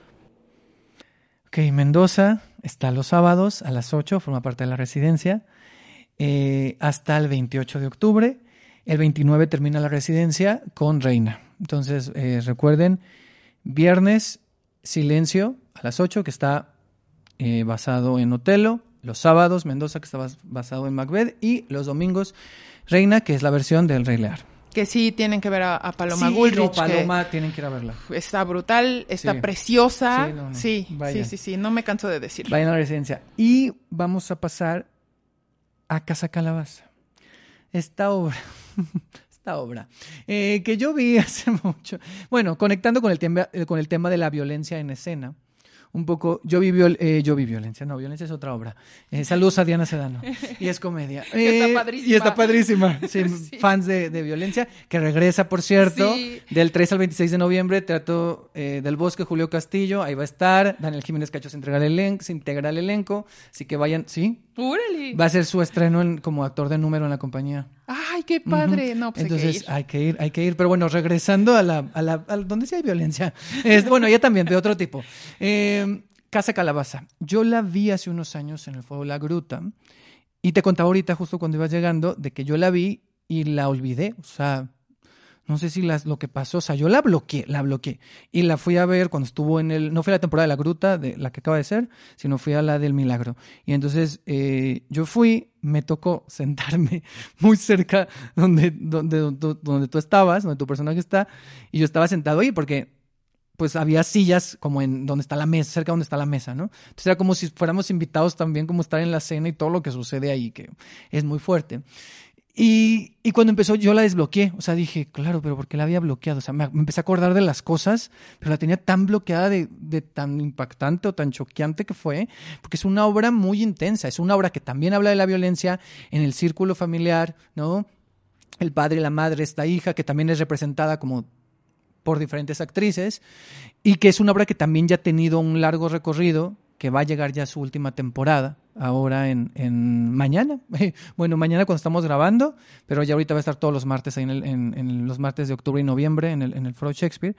Ok, Mendoza está los sábados a las 8, forma parte de la residencia, hasta el 28 de octubre. El 29 termina la residencia con Reina. Entonces, recuerden, viernes, Silencio, a las 8, que está basado en Otelo. Los sábados, Mendoza, que está basado en Macbeth. Y los domingos, Reina, que es la versión del Rey Lear. Que sí tienen que ver a Paloma Woolrich. Paloma tienen que ir a verla. Está brutal, está preciosa. Sí, no me canso de decirlo. Vayan a la residencia. Y vamos a pasar a Casa Calabaza. Esta obra que yo vi hace mucho, bueno, conectando con el tema de la violencia en escena, un poco, yo vi violencia, no, violencia es otra obra. Saludos a Diana Sedano, y es comedia. Está padrísima. Sí, fans de violencia, que regresa, por cierto, del 3 al 26 de noviembre, Teatro del Bosque, Julio Castillo, ahí va a estar, Daniel Jiménez Cacho se integra al elenco, así que vayan, ¿sí? ¡Órale! Va a ser su estreno como actor de número en la compañía. ¡Ay, qué padre! No, pues entonces hay que ir. Pero bueno, regresando a donde sí hay violencia. Bueno, ella también, de otro tipo. Casa Calabaza. Yo la vi hace unos años en el Foro La Gruta y te contaba ahorita, justo cuando ibas llegando, de que yo la vi y la olvidé. O sea, no sé si lo que pasó, o sea, yo la bloqueé y la fui a ver cuando estuvo no fui a la temporada de La Gruta, de la que acaba de ser, sino fui a la del Milagro. Y entonces yo me tocó sentarme muy cerca donde tú estabas, donde tu personaje está, y yo estaba sentado ahí porque pues había sillas como en donde está la mesa, cerca donde está la mesa, ¿no? Entonces era como si fuéramos invitados también, como estar en la cena y todo lo que sucede ahí, que es muy fuerte. Y cuando empezó yo la desbloqueé, o sea, dije, claro, pero ¿por qué la había bloqueado? O sea, me empecé a acordar de las cosas, pero la tenía tan bloqueada de tan impactante o tan choqueante que fue, porque es una obra muy intensa, es una obra que también habla de la violencia en el círculo familiar, ¿no? El padre y la madre, esta hija, que también es representada como por diferentes actrices, y que es una obra que también ya ha tenido un largo recorrido, que va a llegar ya a su última temporada, ahora en mañana. Bueno, mañana cuando estamos grabando, pero ya ahorita va a estar todos los martes ahí en los martes de octubre y noviembre en el Foro Shakespeare.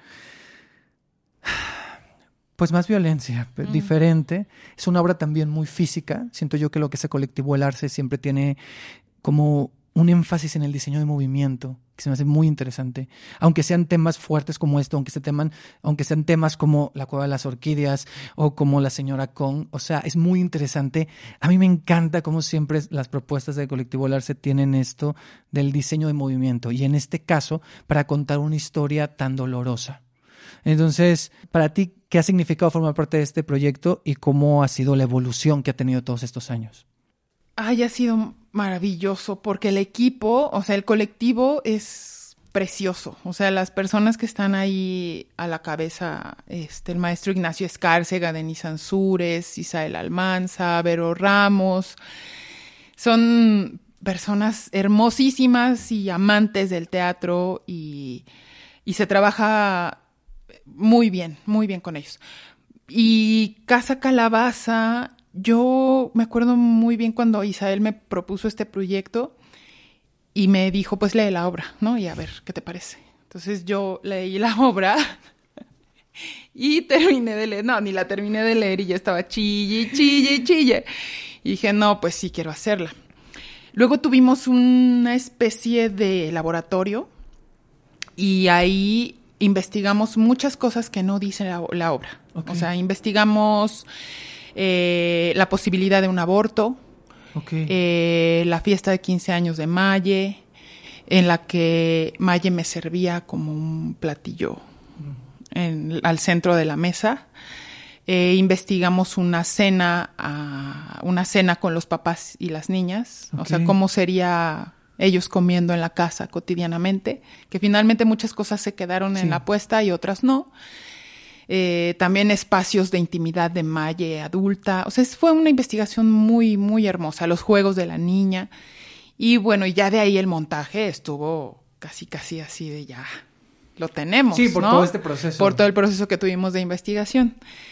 Pues más violencia, diferente. Es una obra también muy física. Siento yo que lo que se colectivo el Arce siempre tiene como un énfasis en el diseño de movimiento, que se me hace muy interesante. Aunque sean temas fuertes como esto, aunque sean temas como La Cueva de las Orquídeas o como La Señora Kong, o sea, es muy interesante. A mí me encanta cómo siempre las propuestas de Colectivo Larce tienen esto del diseño de movimiento, y en este caso, para contar una historia tan dolorosa. Entonces, para ti, ¿qué ha significado formar parte de este proyecto y cómo ha sido la evolución que ha tenido todos estos años? Ay, ha sido maravilloso porque el equipo, o sea, el colectivo es precioso. O sea, las personas que están ahí a la cabeza, el maestro Ignacio Escárcega, Denise Ansúrez, Isael Almanza, Vero Ramos, son personas hermosísimas y amantes del teatro y se trabaja muy bien con ellos. Y Casa Calabaza, yo me acuerdo muy bien cuando Isael me propuso este proyecto y me dijo, pues lee la obra, ¿no? Y a ver, ¿qué te parece? Entonces yo leí la obra y terminé de leer, no, ni la terminé de leer y ya estaba chille. Y dije, no, pues sí quiero hacerla. Luego tuvimos una especie de laboratorio y ahí investigamos muchas cosas que no dice la obra. Okay. O sea, investigamos la posibilidad de un aborto, okay. La fiesta de 15 años de Maye, en la que Maye me servía como un platillo al centro de la mesa. Investigamos una cena con los papás y las niñas, okay. O sea, cómo sería ellos comiendo en la casa cotidianamente, que finalmente muchas cosas se quedaron en la puesta y otras no. También espacios de intimidad de Maye adulta. O sea, fue una investigación muy, muy hermosa. Los juegos de la niña. Y bueno, y ya de ahí el montaje estuvo casi así de ya lo tenemos, sí, por ¿no? todo este proceso. Por todo el proceso que tuvimos de investigación.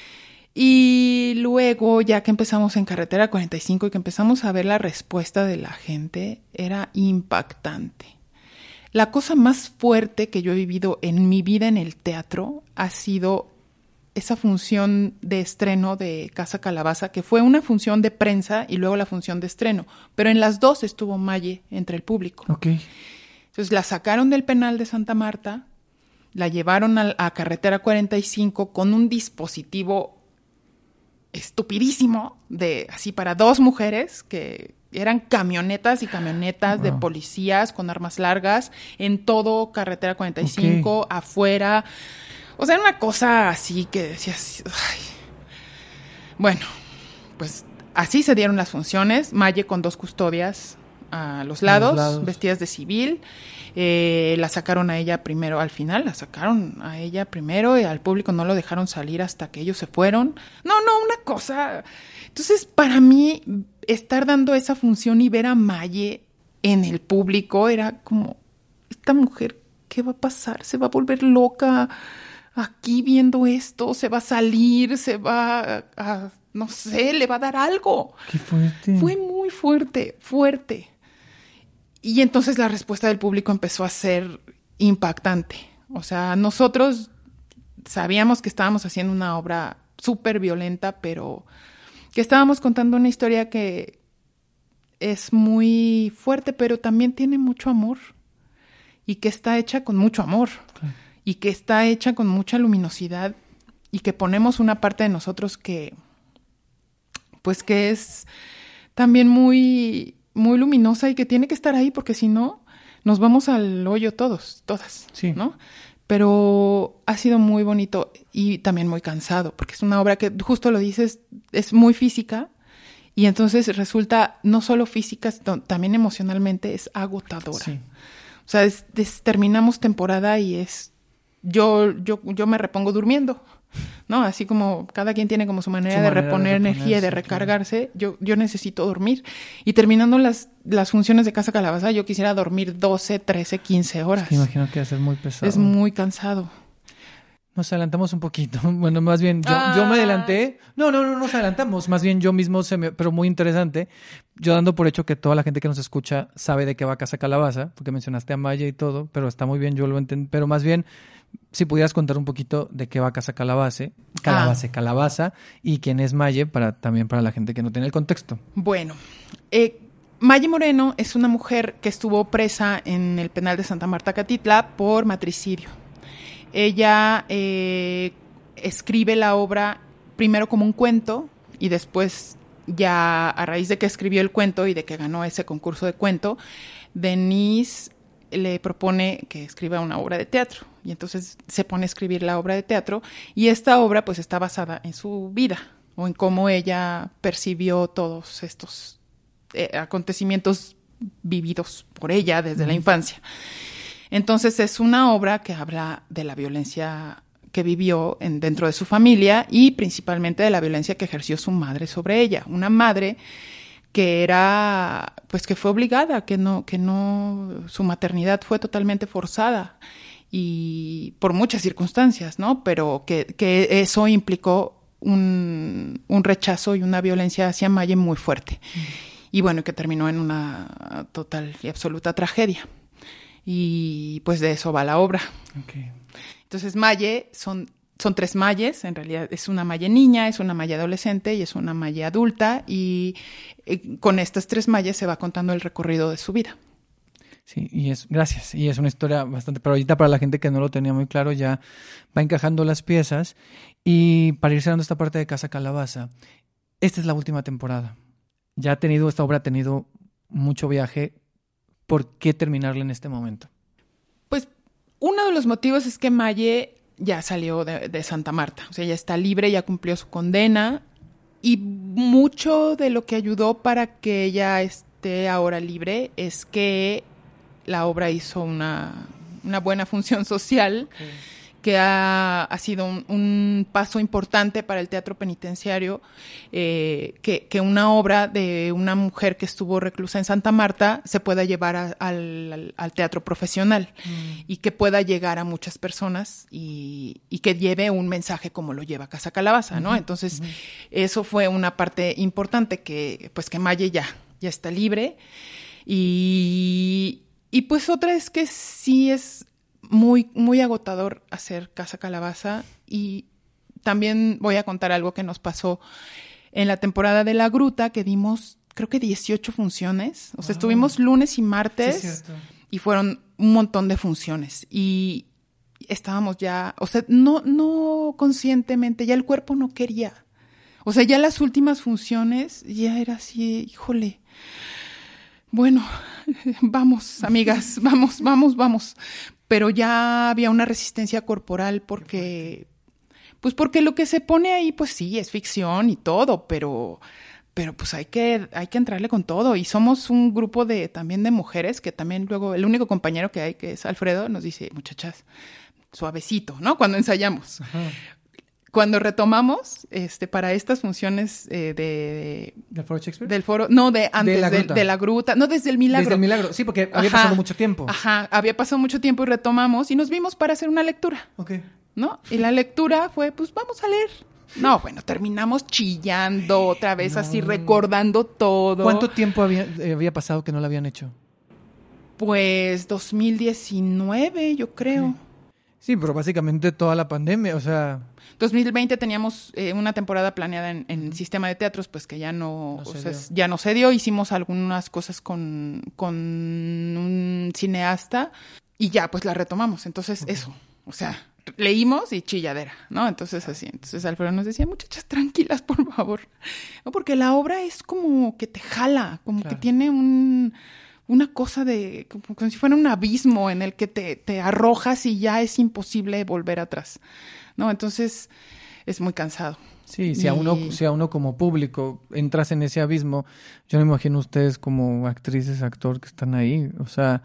Y luego, ya que empezamos en Carretera 45 y que empezamos a ver la respuesta de la gente, era impactante. La cosa más fuerte que yo he vivido en mi vida en el teatro ha sido esa función de estreno de Casa Calabaza, que fue una función de prensa y luego la función de estreno. Pero en las dos estuvo Maye entre el público. Okay. Entonces la sacaron del penal de Santa Marta, la llevaron a Carretera 45 con un dispositivo estupidísimo así para dos mujeres que eran camionetas y camionetas de policías con armas largas en todo Carretera 45, okay. Afuera. O sea, era una cosa así que decías, ay. Bueno, pues así se dieron las funciones. Maye con 2 custodias a los lados, vestidas de civil. La sacaron a ella primero, al final la sacaron a ella primero y al público no lo dejaron salir hasta que ellos se fueron. No, una cosa. Entonces, para mí, estar dando esa función y ver a Maye en el público era como, esta mujer, ¿qué va a pasar? ¿Se va a volver loca aquí viendo esto? ¿Se va a salir? ¿Se va a no sé, le va a dar algo? ¡Qué fuerte! Fue muy fuerte. Y entonces la respuesta del público empezó a ser impactante. O sea, nosotros sabíamos que estábamos haciendo una obra súper violenta, pero que estábamos contando una historia que es muy fuerte, pero también tiene mucho amor. Y que está hecha con mucho amor. Claro. Y que está hecha con mucha luminosidad. Y que ponemos una parte de nosotros que es también muy luminosa y que tiene que estar ahí porque si no, nos vamos al hoyo todas, sí. ¿No? Pero ha sido muy bonito y también muy cansado porque es una obra que, justo lo dices, es muy física y entonces resulta no solo física, sino también emocionalmente es agotadora. Sí. O sea, terminamos temporada y yo me repongo durmiendo. ¿No? Así como cada quien tiene como su manera de reponer energía y de recargarse, claro. Yo necesito dormir. Y terminando las funciones de Casa Calabaza, yo quisiera dormir 12, 13, 15 horas. Sí, imagino que va a ser muy pesado. Es muy cansado. Nos adelantamos un poquito. Bueno, más bien, yo me adelanté. No nos adelantamos. Más bien yo mismo, pero muy interesante. Yo dando por hecho que toda la gente que nos escucha sabe de qué va Casa Calabaza, porque mencionaste a Maya y todo, pero está muy bien, yo lo entendí. Pero más bien, si pudieras contar un poquito de qué va Casa Calabaza, y quién es Maye, también para la gente que no tiene el contexto. Bueno, Maye Moreno es una mujer que estuvo presa en el penal de Santa Marta Catitla por matricidio. Ella escribe la obra primero como un cuento y después, ya a raíz de que escribió el cuento y de que ganó ese concurso de cuento, Denise le propone que escriba una obra de teatro. Y entonces se pone a escribir la obra de teatro y esta obra pues está basada en su vida o en cómo ella percibió todos estos acontecimientos vividos por ella desde la infancia. Entonces es una obra que habla de la violencia que vivió dentro de su familia y principalmente de la violencia que ejerció su madre sobre ella. Una madre que era, pues que fue obligada, que no, su maternidad fue totalmente forzada y por muchas circunstancias, ¿no? Pero que eso implicó un rechazo y una violencia hacia Maye muy fuerte. Y bueno, que terminó en una total y absoluta tragedia. Y pues de eso va la obra. Okay. Entonces Maye son 3 Mayes, en realidad es una Maye niña, es una Maye adolescente y es una Maye adulta. Y con estas 3 Mayes se va contando el recorrido de su vida. Sí, gracias. Y es una historia bastante, pero ahorita para la gente que no lo tenía muy claro ya va encajando las piezas. Y para ir cerrando esta parte de Casa Calabaza, esta es la última temporada. Ya esta obra ha tenido mucho viaje. ¿Por qué terminarla en este momento? Pues uno de los motivos es que Maye ya salió de Santa Marta. O sea, ya está libre, ya cumplió su condena. Y mucho de lo que ayudó para que ella esté ahora libre es que la obra hizo una buena función social. Okay. Que ha sido un paso importante para el teatro penitenciario, que una obra de una mujer que estuvo reclusa en Santa Marta se pueda llevar al teatro profesional y que pueda llegar a muchas personas y que lleve un mensaje como lo lleva Casa Calabaza, ¿no? Entonces, eso fue una parte importante que Maye ya está libre y pues otra es que sí es muy, muy agotador hacer Casa Calabaza y también voy a contar algo que nos pasó en la temporada de La Gruta, que dimos creo que 18 funciones, o sea, estuvimos lunes y martes y fueron un montón de funciones y estábamos ya, o sea, no conscientemente, ya el cuerpo no quería, o sea, ya las últimas funciones ya era así, híjole, bueno, vamos, amigas, vamos. Pero ya había una resistencia corporal porque lo que se pone ahí, pues sí, es ficción y todo, pero pues hay que entrarle con todo. Y somos un grupo también de mujeres que también luego, el único compañero que hay, que es Alfredo, nos dice, muchachas, suavecito, ¿no? Cuando ensayamos. Ajá. Cuando retomamos, para estas funciones ¿Del Foro Shakespeare? Del foro, no, de antes, de la gruta, no, desde el Milagro. Desde el Milagro, sí, porque había pasado mucho tiempo. Ajá, había pasado mucho tiempo y retomamos y nos vimos para hacer una lectura. Ok. ¿No? Y la lectura fue, pues vamos a leer. No, bueno, terminamos chillando otra vez, así recordando todo. ¿Cuánto tiempo había pasado que no la habían hecho? Pues 2019, yo creo. Sí, pero básicamente toda la pandemia, o sea... 2020 teníamos una temporada planeada en el sistema de teatros, pues que ya no se dio. Hicimos algunas cosas con un cineasta y ya, pues la retomamos. Entonces, eso, o sea, leímos y chilladera, ¿no? Entonces, así. Entonces, Alfredo nos decía, muchachas, tranquilas, por favor. No, porque la obra es como que te jala, como que tiene una cosa como si fuera un abismo en el que te arrojas y ya es imposible volver atrás, ¿no? Entonces es muy cansado. Sí, si a uno como público entras en ese abismo, yo me imagino ustedes como actrices, actor que están ahí, o sea,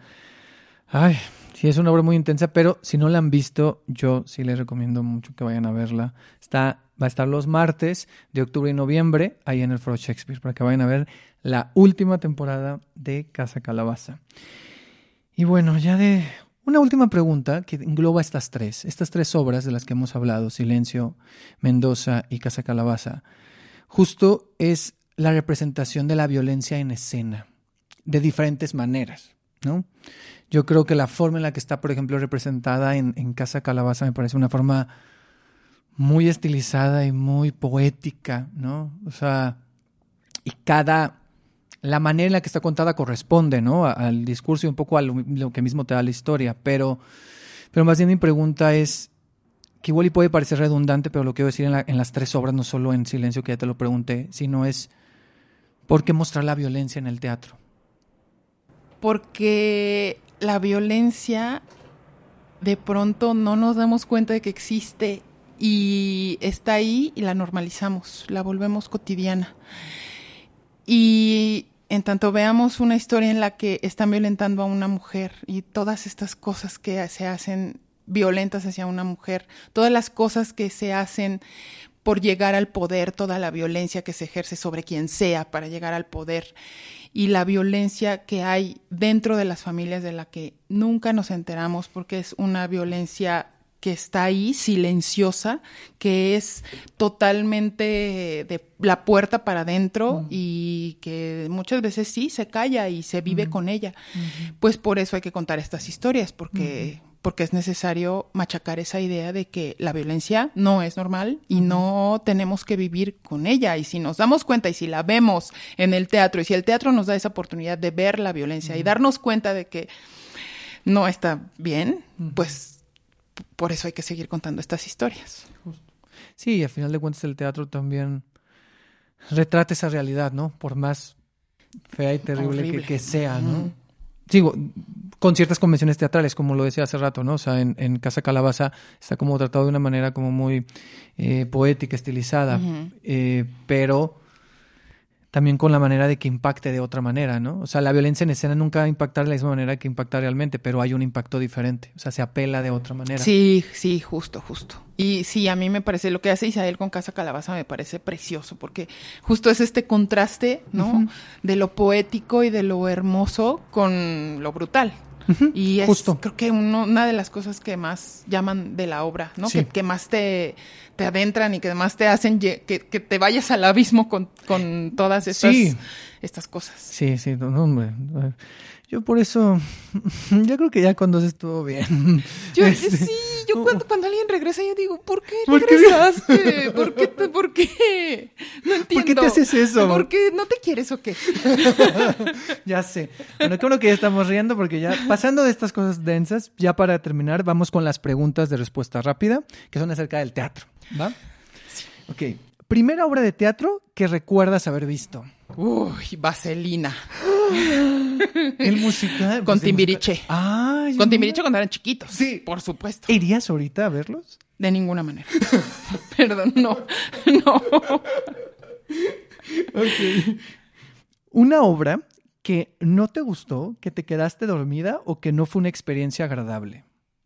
sí es una obra muy intensa, pero si no la han visto, yo sí les recomiendo mucho que vayan a verla. Va a estar los martes de octubre y noviembre ahí en el Foro Shakespeare para que vayan a ver la última temporada de Casa Calabaza. Y bueno, ya de una última pregunta que engloba estas tres obras de las que hemos hablado, Silencio, Mendoza y Casa Calabaza. Justo es la representación de la violencia en escena, de diferentes maneras, ¿no? Yo creo que la forma en la que está, por ejemplo, representada en Casa Calabaza me parece una forma muy estilizada y muy poética, ¿no? O sea, y cada la manera en la que está contada corresponde, ¿no? Al discurso y un poco a lo que mismo te da la historia. Pero más bien mi pregunta es, que igual y puede parecer redundante, pero lo quiero decir en las 3 obras, no solo en Silencio, que ya te lo pregunté, sino es, ¿por qué mostrar la violencia en el teatro? Porque la violencia, de pronto no nos damos cuenta de que existe y está ahí y la normalizamos, la volvemos cotidiana. Y en tanto veamos una historia en la que están violentando a una mujer y todas estas cosas que se hacen violentas hacia una mujer, todas las cosas que se hacen por llegar al poder, toda la violencia que se ejerce sobre quien sea para llegar al poder y la violencia que hay dentro de las familias de la que nunca nos enteramos porque es una violencia que está ahí, silenciosa, que es totalmente de la puerta para adentro y que muchas veces sí se calla y se vive con ella. Pues por eso hay que contar estas historias, porque es necesario machacar esa idea de que la violencia no es normal y no tenemos que vivir con ella. Y si nos damos cuenta y si la vemos en el teatro y si el teatro nos da esa oportunidad de ver la violencia y darnos cuenta de que no está bien, pues por eso hay que seguir contando estas historias. Sí, al final de cuentas el teatro también retrata esa realidad, ¿no? Por más fea y terrible que sea, ¿no? Digo, con ciertas convenciones teatrales, como lo decía hace rato, ¿no? O sea, en Casa Calabaza está como tratado de una manera como muy poética, estilizada, pero también con la manera de que impacte de otra manera, ¿no? O sea, la violencia en escena nunca va a impactar de la misma manera que impacta realmente, pero hay un impacto diferente, o sea, se apela de otra manera. Sí, justo. Y sí, a mí me parece, lo que hace Isael con Casa Calabaza me parece precioso, porque justo es este contraste, ¿no? De lo poético y de lo hermoso con lo brutal. Y es, justo, creo que una de las cosas que más llaman de la obra, ¿no? Sí. Que más te adentran y que más te hacen que te vayas al abismo con todas estas cosas. Sí, no, hombre. Yo por eso, yo creo que ya cuando se estuvo bien. Yo cuando alguien regresa, yo digo, ¿por qué regresaste? ¿Por qué? No entiendo. ¿Por qué te haces eso? ¿Por qué? ¿No te quieres o qué? Ya sé. Bueno, qué bueno que ya estamos riendo porque ya, pasando de estas cosas densas, ya para terminar, vamos con las preguntas de respuesta rápida, que son acerca del teatro, ¿va? Sí. Ok. Primera obra de teatro que recuerdas haber visto. Uy, Vaselina. El musical. Con Timbiriche. Con Timbiriche cuando eran chiquitos. Sí. Por supuesto. ¿Irías ahorita a verlos? De ninguna manera. Perdón, no. Ok. Una obra que no te gustó, que te quedaste dormida o que no fue una experiencia agradable.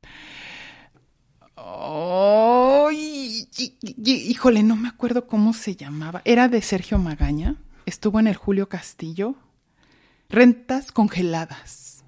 Híjole, no me acuerdo cómo se llamaba. Era de Sergio Magaña. Estuvo en el Julio Castillo. Rentas congeladas.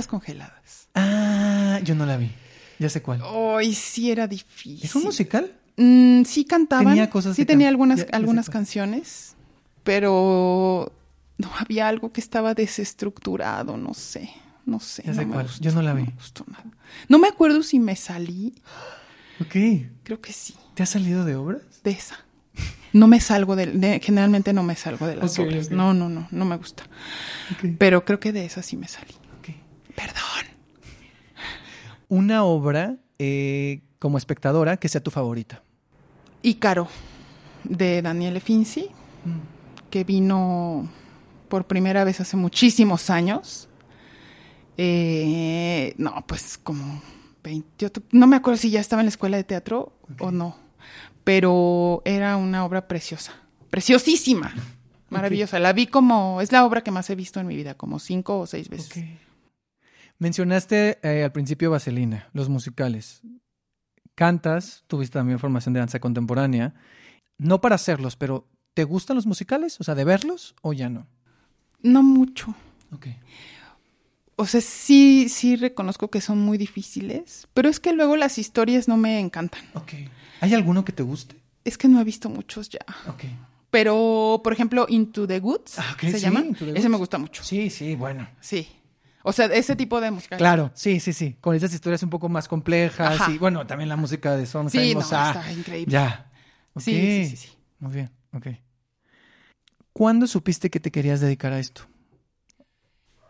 Yo no la vi. Ya sé cuál. Sí era difícil. ¿Es un musical? Sí cantaban. Tenía cosas. Sí tenía algunas canciones, pero no había algo que estaba desestructurado, no sé. Ya sé cuál. Yo no la vi. No me gustó nada. No me acuerdo si me salí. Ok. Creo que sí. ¿Te has salido de obras? De esa. No me salgo generalmente no me salgo de las obras. Okay. No me gusta. Okay. Pero creo que de esa sí me salí. Okay. Perdón. Una obra como espectadora que sea tu favorita. Ícaro, de Daniele Finzi, que vino por primera vez hace muchísimos años. Pues como 20, no me acuerdo si ya estaba en la escuela de teatro o no, pero era una obra preciosa, preciosísima, maravillosa. La vi es la obra que más he visto en mi vida, como 5 o 6 veces. Okay. Mencionaste al principio Vaselina, los musicales. Cantas, tuviste también formación de danza contemporánea, no para hacerlos, pero ¿te gustan los musicales? O sea, ¿de verlos o ya no? No mucho. Okay. O sea, sí reconozco que son muy difíciles, pero es que luego las historias no me encantan. Okay. ¿Hay alguno que te guste? Es que no he visto muchos ya. Okay. Pero, por ejemplo, Into the Woods, ¿se llama? Ese me gusta mucho. Sí, bueno. Sí. O sea, ese tipo de música. Claro, sí. Con esas historias un poco más complejas. Ajá. Y bueno, también la música de Son. Sí, está increíble. Ya. Okay. Sí. Muy bien, ok. ¿Cuándo supiste que te querías dedicar a esto?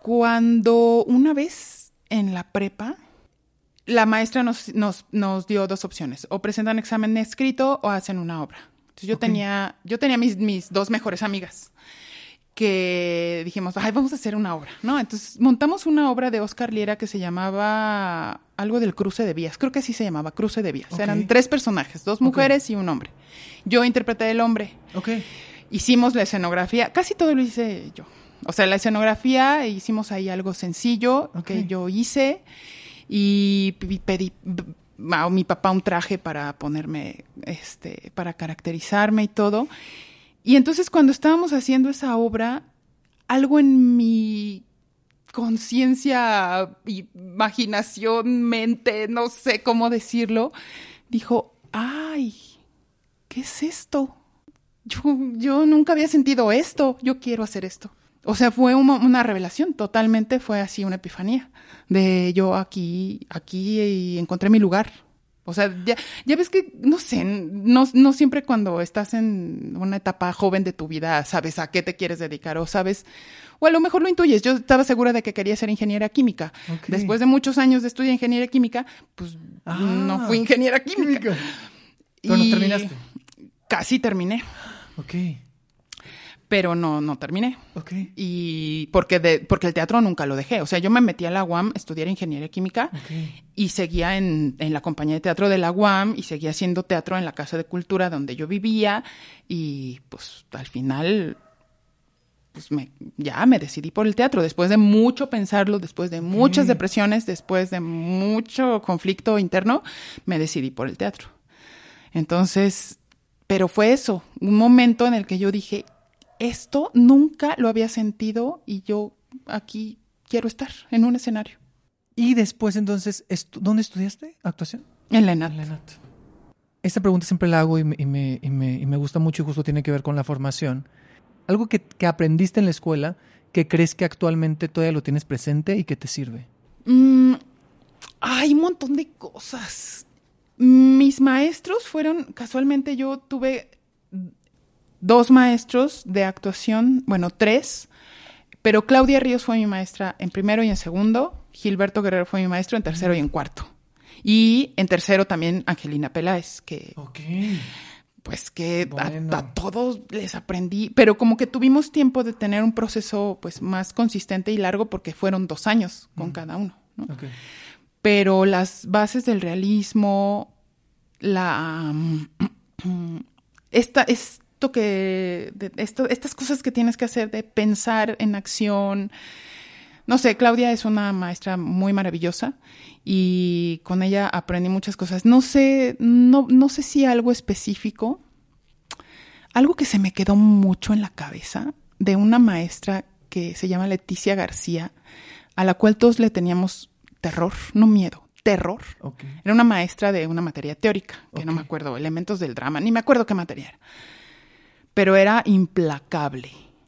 Cuando una vez en la prepa, la maestra nos dio 2 opciones. O presentan examen escrito o hacen una obra. Entonces yo tenía mis 2 mejores amigas que dijimos, vamos a hacer una obra, ¿no? Entonces montamos una obra de Oscar Liera que se llamaba algo del cruce de vías. Creo que así se llamaba, cruce de vías. Eran 3 personajes, 2 mujeres y un hombre. Yo interpreté el hombre. Hicimos la escenografía, casi todo lo hice yo. O sea, la escenografía, hicimos ahí algo sencillo que yo hice y pedí a mi papá un traje para ponerme, para caracterizarme y todo. Y entonces cuando estábamos haciendo esa obra, algo en mi conciencia, imaginación, mente, no sé cómo decirlo, dijo, ¡ay! ¿Qué es esto? Yo nunca había sentido esto, yo quiero hacer esto. O sea, fue una revelación, totalmente fue así una epifanía de yo aquí y encontré mi lugar. O sea, ya ves que, no sé, no siempre cuando estás en una etapa joven de tu vida sabes a qué te quieres dedicar o sabes, o a lo mejor lo intuyes. Yo estaba segura de que quería ser ingeniera química. Después de muchos años de estudiar ingeniería química, pues no fui ingeniera química. ¿Pero no terminaste? Casi terminé. Pero no terminé. Y porque el teatro nunca lo dejé. O sea, yo me metí a la UAM, estudié ingeniería química y seguía en la compañía de teatro de la UAM y seguía haciendo teatro en la Casa de Cultura donde yo vivía y pues al final pues ya me decidí por el teatro. Después de mucho pensarlo, después de muchas depresiones, después de mucho conflicto interno, me decidí por el teatro. Entonces, pero fue eso, un momento en el que yo dije, esto nunca lo había sentido y yo aquí quiero estar en un escenario. Y después, entonces, ¿dónde estudiaste actuación? En la ENAT. Esta pregunta siempre la hago y me gusta mucho y justo tiene que ver con la formación. Algo que aprendiste en la escuela que crees que actualmente todavía lo tienes presente y que te sirve. Hay un montón de cosas. Mis maestros fueron, casualmente yo tuve 2 maestros de actuación, bueno, 3, pero Claudia Ríos fue mi maestra en primero y en segundo, Gilberto Guerrero fue mi maestro en tercero y en cuarto. Y en tercero también Angelina Peláez, que pues que bueno, a todos les aprendí, pero como que tuvimos tiempo de tener un proceso pues más consistente y largo porque fueron 2 años con cada uno, ¿no? Pero las bases del realismo, estas cosas que tienes que hacer de pensar en acción. No sé, Claudia es una maestra muy maravillosa y con ella aprendí muchas cosas. No sé si algo específico, algo que se me quedó mucho en la cabeza de una maestra que se llama Leticia García, a la cual todos le teníamos terror, no miedo, terror. Era una maestra de una materia teórica, que no me acuerdo, elementos del drama, ni me acuerdo qué materia era. Pero era implacable.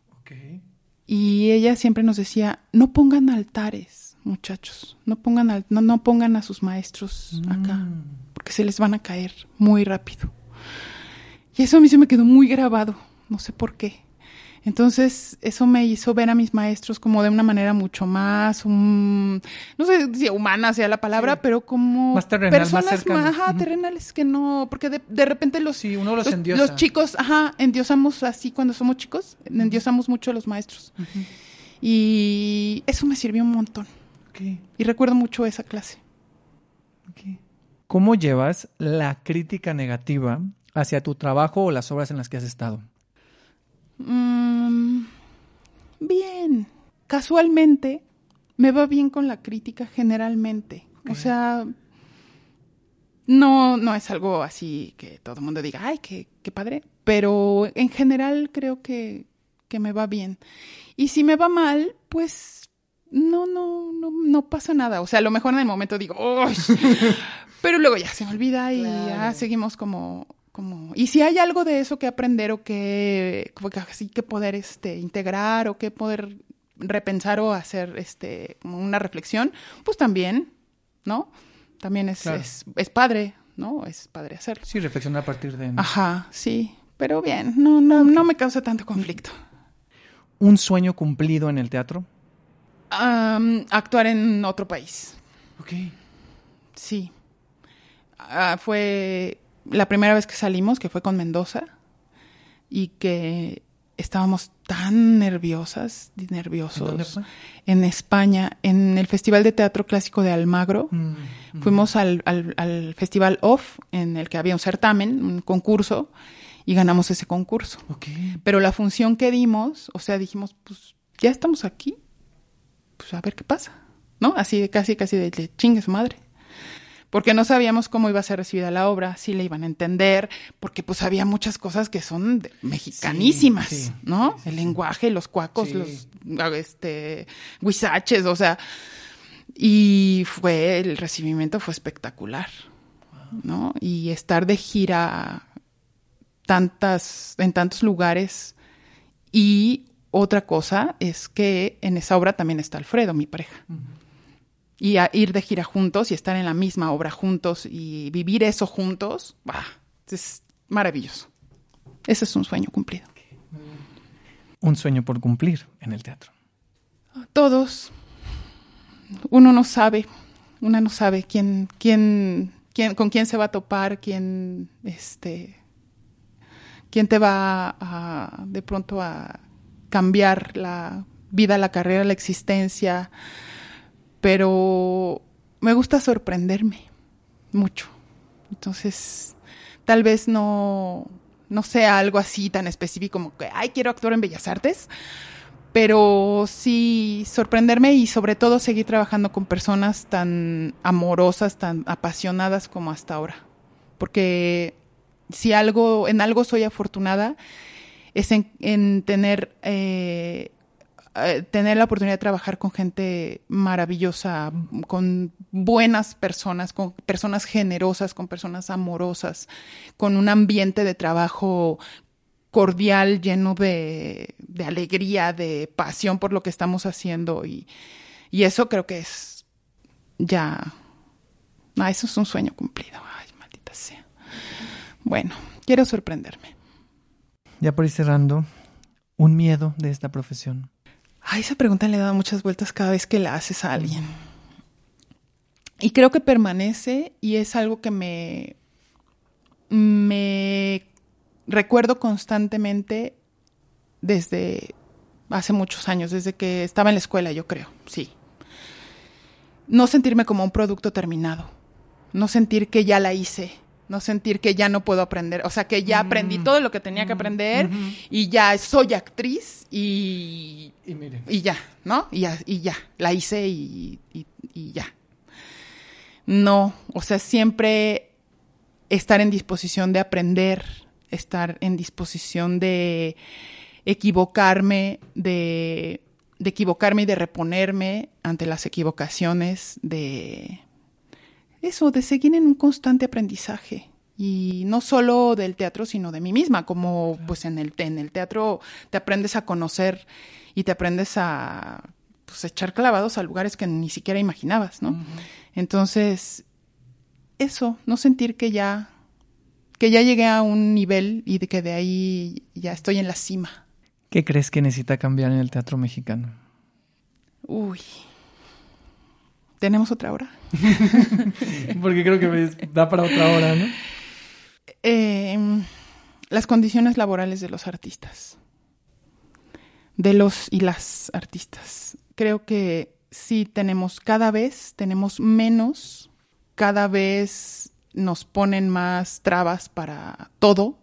Y ella siempre nos decía, no pongan altares, muchachos, no pongan a sus maestros acá, porque se les van a caer muy rápido. Y eso a mí se me quedó muy grabado, no sé por qué. Entonces, eso me hizo ver a mis maestros como de una manera mucho más, no sé si humana sea la palabra, sí, pero como más terrenal, personas más terrenales que no, porque de repente uno los endiosa. Los chicos, endiosamos así cuando somos chicos, endiosamos mucho a los maestros. Y eso me sirvió un montón. Y recuerdo mucho esa clase. ¿Cómo llevas la crítica negativa hacia tu trabajo o las obras en las que has estado? Bien. Casualmente me va bien con la crítica generalmente. O sea, no es algo así que todo el mundo diga, ay, qué padre. Pero en general creo que me va bien. Y si me va mal, pues no pasa nada. O sea, a lo mejor en el momento digo, ¡ay! Pero luego ya se me olvida y ya seguimos como... Y si hay algo de eso que aprender o que poder integrar o que poder repensar o hacer como una reflexión, pues también, ¿no? También es padre, ¿no? Es padre hacerlo. Sí, reflexionar a partir de... Ajá, sí. Pero bien, no me causa tanto conflicto. ¿Un sueño cumplido en el teatro? Actuar en otro país. Ok. Sí. Fue la primera vez que salimos, que fue con Mendoza, y que estábamos tan nerviosas y nerviosos. ¿En dónde fue? En España, en el Festival de Teatro Clásico de Almagro. Fuimos al Festival OFF, en el que había un certamen, un concurso, y ganamos ese concurso. Okay. Pero la función que dimos, o sea, dijimos, pues ya estamos aquí, pues a ver qué pasa, ¿no? Así de casi de chingue su madre. Porque no sabíamos cómo iba a ser recibida la obra, si le iban a entender, porque pues había muchas cosas que son mexicanísimas, sí, ¿no? Sí, el lenguaje, los cuacos, los huizaches, o sea, y el recibimiento fue espectacular, ¿no? Y estar de gira en tantos lugares. Y otra cosa es que en esa obra también está Alfredo, mi pareja. Y a ir de gira juntos y estar en la misma obra juntos y vivir eso juntos, es maravilloso. Ese es un sueño cumplido. Un sueño por cumplir en el teatro. Todos. Una no sabe con quién se va a topar, quién te va de pronto a cambiar la vida, la carrera, la existencia. Pero me gusta sorprenderme mucho. Entonces, tal vez no sea algo así tan específico como que, quiero actuar en Bellas Artes, pero sí sorprenderme y sobre todo seguir trabajando con personas tan amorosas, tan apasionadas como hasta ahora. Porque si en algo soy afortunada, es en tener la oportunidad de trabajar con gente maravillosa, con buenas personas, con personas generosas, con personas amorosas, con un ambiente de trabajo cordial, lleno de alegría, de pasión por lo que estamos haciendo. Y eso creo que es ya... eso es un sueño cumplido. Ay, maldita sea. Bueno, quiero sorprenderme. Ya por ir cerrando, un miedo de esta profesión. Esa pregunta le he dado muchas vueltas cada vez que la haces a alguien. Y creo que permanece y es algo que me recuerdo constantemente desde hace muchos años, desde que estaba en la escuela, yo creo, sí. No sentirme como un producto terminado, no sentir que ya la hice, no sentir que ya no puedo aprender, o sea, que ya aprendí todo lo que tenía que aprender y ya soy actriz y ya, ¿no? Y ya, la hice y ya. No, o sea, siempre estar en disposición de aprender, estar en disposición de equivocarme, de equivocarme y de reponerme ante las equivocaciones, de seguir en un constante aprendizaje. Y no solo del teatro, sino de mí misma, como pues en el teatro te aprendes a conocer y te aprendes a echar clavados a lugares que ni siquiera imaginabas, ¿no? Entonces, eso, no sentir que ya llegué a un nivel y de que de ahí ya estoy en la cima. ¿Qué crees que necesita cambiar en el teatro mexicano? ¿Tenemos otra hora? Porque creo que da para otra hora, ¿no? Las condiciones laborales de los artistas. De los y las artistas. Creo que sí cada vez tenemos menos, cada vez nos ponen más trabas para todo.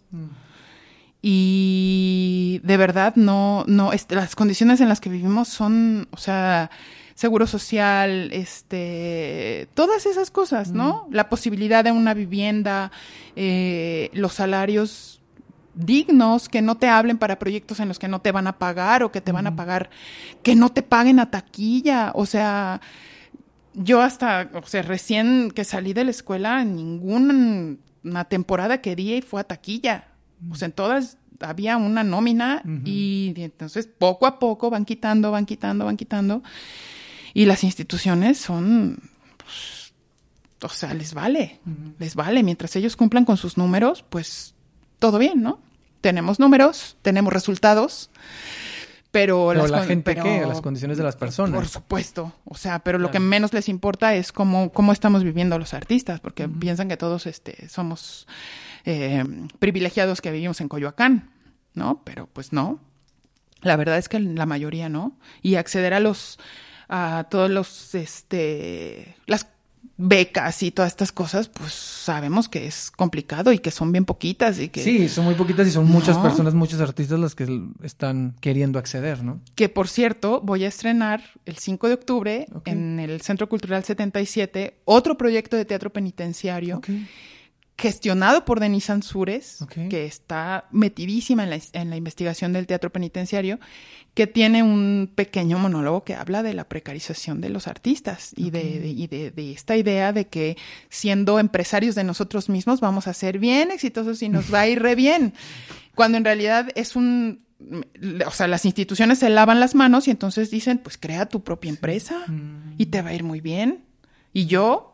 Y de verdad las condiciones en las que vivimos son, o sea, seguro social, todas esas cosas, ¿no? La posibilidad de una vivienda, los salarios dignos, que no te hablen para proyectos en los que no te van a pagar o que te van a pagar, que no te paguen a taquilla, o sea, yo recién que salí de la escuela, en ninguna temporada que di fue a taquilla. O sea, en todas había una nómina y entonces poco a poco van quitando. Y las instituciones son, pues, o sea, les vale. Mientras ellos cumplan con sus números, pues todo bien, ¿no? Tenemos números, tenemos resultados, Pero la gente, ¿qué? Las condiciones de las personas. Por supuesto. O sea, pero lo que menos les importa es cómo estamos viviendo los artistas, porque piensan que todos somos privilegiados que vivimos en Coyoacán, ¿no? Pero pues no. La verdad es que la mayoría no. Y acceder a todos las becas y todas estas cosas, pues sabemos que es complicado y que son bien poquitas y que... Sí, son muy poquitas y son muchas personas, muchos artistas los que están queriendo acceder, ¿no? Que, por cierto, voy a estrenar el 5 de octubre en el Centro Cultural 77 otro proyecto de teatro penitenciario gestionado por Denise Ansúrez, que está metidísima en la investigación del teatro penitenciario, que tiene un pequeño monólogo que habla de la precarización de los artistas y de esta idea de que siendo empresarios de nosotros mismos vamos a ser bien exitosos y nos va a ir re bien, cuando en realidad o sea, las instituciones se lavan las manos y entonces dicen, pues crea tu propia empresa y te va a ir muy bien. Y yo...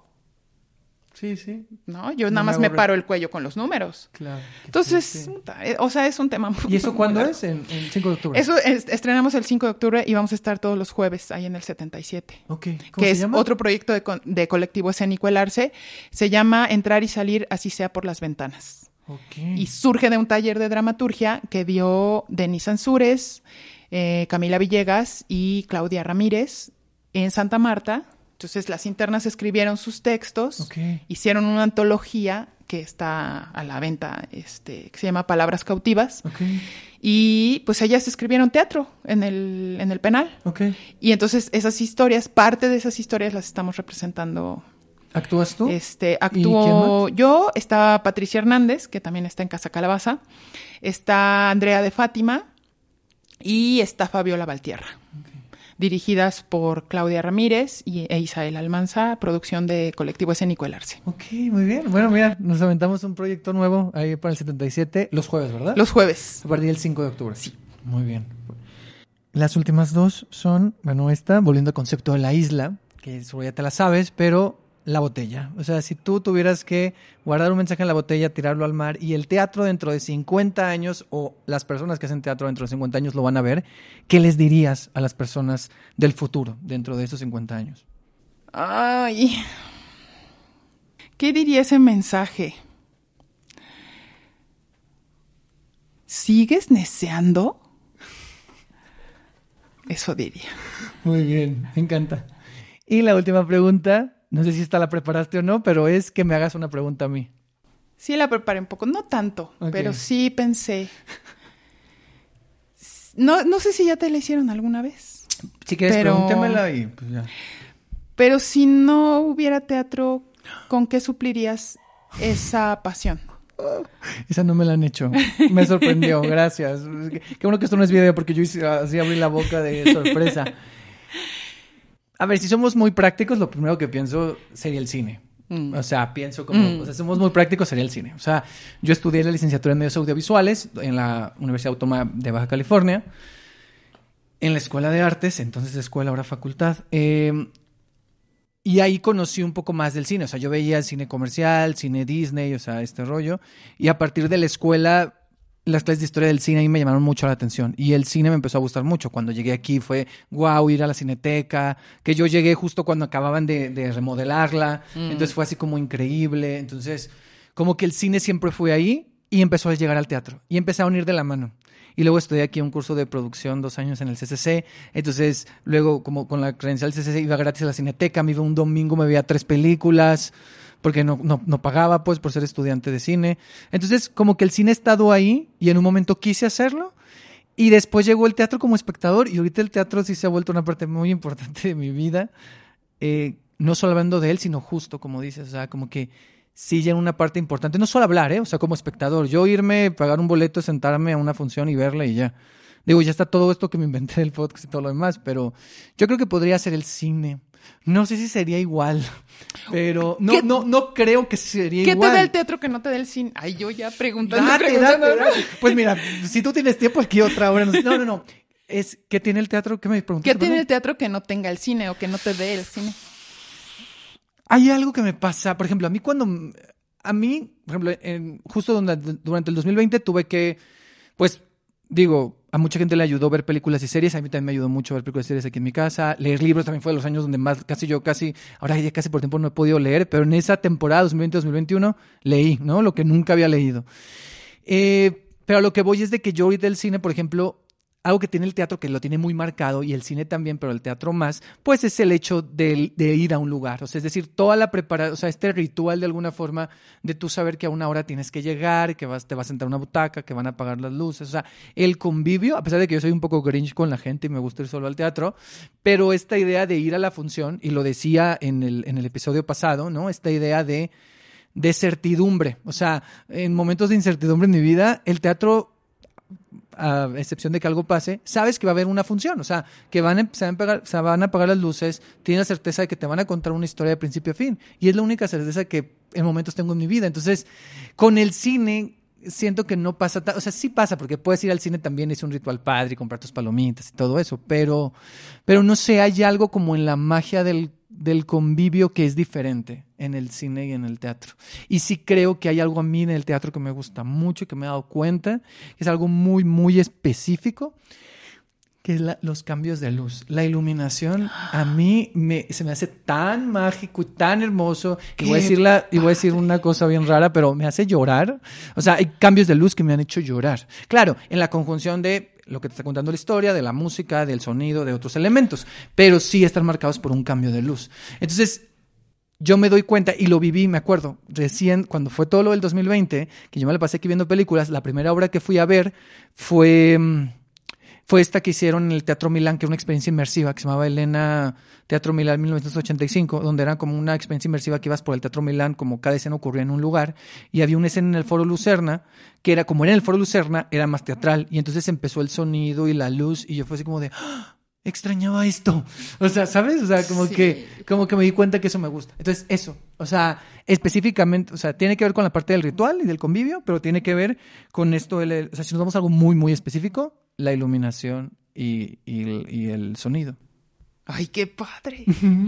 Sí. No, yo nada más me paro el cuello con los números. Claro. Entonces, o sea, es un tema muy... ¿Y eso cuándo es? ¿En 5 de octubre? Eso estrenamos el 5 de octubre y vamos a estar todos los jueves ahí en el 77. ¿Cómo que es llama? Otro proyecto de colectivo escénico El Arce. Se llama Entrar y Salir, así sea por las ventanas. Y surge de un taller de dramaturgia que dio Denise Ansúrez, Camila Villegas y Claudia Ramírez en Santa Marta. Entonces las internas escribieron sus textos, hicieron una antología que está a la venta, que se llama Palabras Cautivas, y pues ellas escribieron teatro en el penal. Y entonces esas historias, parte de esas historias las estamos representando. ¿Actúas tú? Actúo yo, está Patricia Hernández, que también está en Casa Calabaza, está Andrea de Fátima y está Fabiola Valtierra. Dirigidas por Claudia Ramírez e Isael Almanza, producción de Colectivo Escénico El Arce. Muy bien. Bueno, mira, nos aventamos un proyecto nuevo ahí para el 77, los jueves, ¿verdad? Los jueves. A partir del 5 de octubre. Sí. Muy bien. Las últimas dos son, esta, volviendo al concepto de la isla, que seguro ya te la sabes, pero la botella. O sea, si tú tuvieras que guardar un mensaje en la botella, tirarlo al mar, y el teatro dentro de 50 años, o las personas que hacen teatro dentro de 50 años lo van a ver, ¿qué les dirías a las personas del futuro dentro de esos 50 años? Ay, ¿qué diría ese mensaje? ¿Sigues neceando? Eso diría. Muy bien, me encanta. Y la última pregunta, no sé si esta la preparaste o no, pero es que me hagas una pregunta a mí. Sí, la preparé un poco, no tanto, pero sí pensé. No sé si ya te la hicieron alguna vez. Si quieres, pregúntemela y pues ya. Pero si no hubiera teatro, ¿con qué suplirías esa pasión? Esa no me la han hecho. Me sorprendió, gracias. Qué bueno que esto no es video porque yo así abrí la boca de sorpresa. A ver, si somos muy prácticos, lo primero que pienso sería el cine. O sea, pienso como... O sea, si somos muy prácticos, sería el cine. O sea, yo estudié la licenciatura en medios audiovisuales en la Universidad Autónoma de Baja California, en la Escuela de Artes, entonces escuela, ahora facultad. Y ahí conocí un poco más del cine. O sea, yo veía cine comercial, cine Disney, o sea, este rollo. Y a partir de la escuela... Las clases de historia del cine ahí me llamaron mucho la atención y el cine me empezó a gustar mucho. Cuando llegué aquí fue wow, ir a la Cineteca, que yo llegué justo cuando acababan de remodelarla, entonces fue así como increíble. Entonces como que el cine siempre fue ahí y empezó a llegar al teatro y empecé a unir de la mano. Y luego estudié aquí un curso de producción 2 años en el CCC, entonces luego como con la credencial del CCC iba gratis a la Cineteca, me iba un domingo, me veía 3 películas... porque no pagaba, pues, por ser estudiante de cine. Entonces, como que el cine ha estado ahí y en un momento quise hacerlo y después llegó el teatro como espectador y ahorita el teatro sí se ha vuelto una parte muy importante de mi vida. No solo hablando de él, sino justo, como dices, o sea, como que sí ya una parte importante. No solo hablar, o sea, como espectador. Yo irme, pagar un boleto, sentarme a una función y verla y ya. Digo, ya está todo esto que me inventé del podcast y todo lo demás, pero yo creo que podría ser el cine. No sé si sería igual, pero no creo que sería igual. ¿Qué te da el teatro que no te da el cine? Ay, yo ya preguntando. Date. Pues mira, si tú tienes tiempo aquí otra hora. No. ¿Qué tiene el teatro? ¿Qué me preguntaste? ¿Qué tiene el teatro que no tenga el cine o que no te dé el cine? Hay algo que me pasa, por ejemplo, por ejemplo, justo durante el 2020 tuve que, pues, digo, a mucha gente le ayudó ver películas y series, a mí también me ayudó mucho ver películas y series aquí en mi casa. Leer libros también fue de los años donde más, ahora ya casi por tiempo no he podido leer, pero en esa temporada 2020-2021 leí, ¿no? Lo que nunca había leído. Pero a lo que voy es de que yo ahorita del cine, por ejemplo, algo que tiene el teatro, que lo tiene muy marcado, y el cine también, pero el teatro más, pues es el hecho de ir a un lugar. O sea, es decir, toda la preparación, o sea, este ritual de alguna forma de tú saber que a una hora tienes que llegar, que te vas a sentar a una butaca, que van a apagar las luces. O sea, el convivio, a pesar de que yo soy un poco grinch con la gente y me gusta ir solo al teatro, pero esta idea de ir a la función, y lo decía en el episodio pasado, ¿no? Esta idea de certidumbre. O sea, en momentos de incertidumbre en mi vida, el teatro, a excepción de que algo pase, sabes que va a haber una función, o sea, que se van a apagar las luces, tienes la certeza de que te van a contar una historia de principio a fin, y es la única certeza que en momentos tengo en mi vida. Entonces, con el cine siento que no pasa, o sea, sí pasa, porque puedes ir al cine también, es un ritual padre, y comprar tus palomitas y todo eso, pero no sé, hay algo como en la magia del convivio que es diferente en el cine y en el teatro. Y sí creo que hay algo a mí en el teatro que me gusta mucho y que me he dado cuenta, que es algo muy, muy específico, que es los cambios de luz. La iluminación a mí se me hace tan mágico y tan hermoso. Y voy a decir una cosa bien rara, pero me hace llorar. O sea, hay cambios de luz que me han hecho llorar. Claro, en la conjunción de lo que te está contando la historia, de la música, del sonido, de otros elementos, pero sí están marcados por un cambio de luz. Entonces, yo me doy cuenta, y lo viví, me acuerdo, recién, cuando fue todo lo del 2020, que yo me la pasé aquí viendo películas, la primera obra que fui a ver fue esta que hicieron en el Teatro Milán, que era una experiencia inmersiva, que se llamaba Elena Teatro Milán 1985, donde era como una experiencia inmersiva que ibas por el Teatro Milán, como cada escena ocurría en un lugar, y había una escena en el Foro Lucerna, que era, como era en el Foro Lucerna, era más teatral, y entonces empezó el sonido y la luz, y yo fue así como de, ¡ah! Extrañaba esto. O sea, ¿sabes? O sea, como que me di cuenta que eso me gusta. Entonces, eso, o sea, específicamente, o sea, tiene que ver con la parte del ritual y del convivio, pero tiene que ver con esto, o sea, si nos vamos a algo muy, muy específico, la iluminación y el sonido. ¡Ay, qué padre!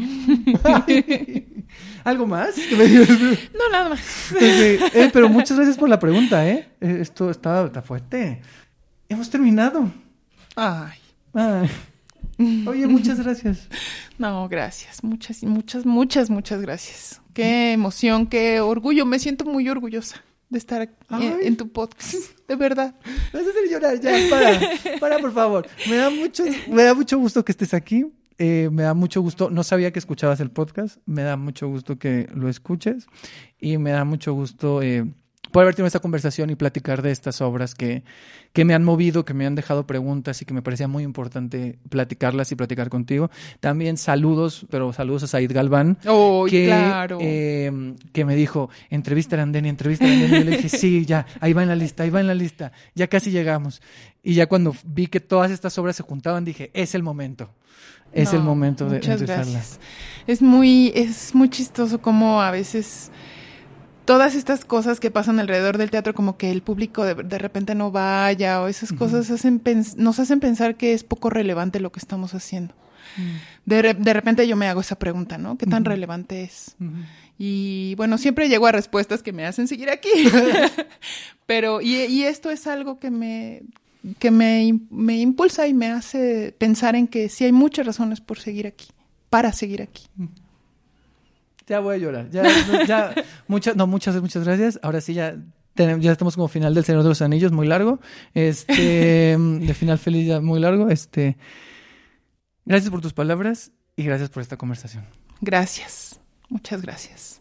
¿Algo más? No, nada más. Pero muchas gracias por la pregunta, ¿eh? Esto está fuerte. Hemos terminado. Ay. Oye, muchas gracias. No, gracias. Muchas gracias. Qué emoción, qué orgullo. Me siento muy orgullosa de estar en tu podcast. De verdad. Me vas a hacer llorar ya. Para, por favor. Me da mucho gusto que estés aquí. Me da mucho gusto. No sabía que escuchabas el podcast. Me da mucho gusto que lo escuches. Y me da mucho gusto poder haber tenido esta conversación y platicar de estas obras que me han movido, que me han dejado preguntas y que me parecía muy importante platicarlas y platicar contigo. También saludos a Said Galván, claro. Que me dijo, entrevista a Arandeni. Y yo le dije, sí, ya, ahí va en la lista, ya casi llegamos. Y ya cuando vi que todas estas obras se juntaban, dije, es el momento. Es el momento de gracias. Es muy chistoso cómo a veces todas estas cosas que pasan alrededor del teatro, como que el público de repente no vaya, o esas cosas nos hacen pensar que es poco relevante lo que estamos haciendo. De repente yo me hago esa pregunta, ¿no? ¿Qué tan relevante es? Y bueno, siempre llego a respuestas que me hacen seguir aquí. Pero, y esto es algo que me impulsa y me hace pensar en que sí hay muchas razones para seguir aquí. Ya voy a llorar. Muchas gracias. Ahora sí ya estamos como final del Señor de los Anillos, muy largo. De final feliz ya muy largo. Gracias por tus palabras y gracias por esta conversación. Gracias. Muchas gracias.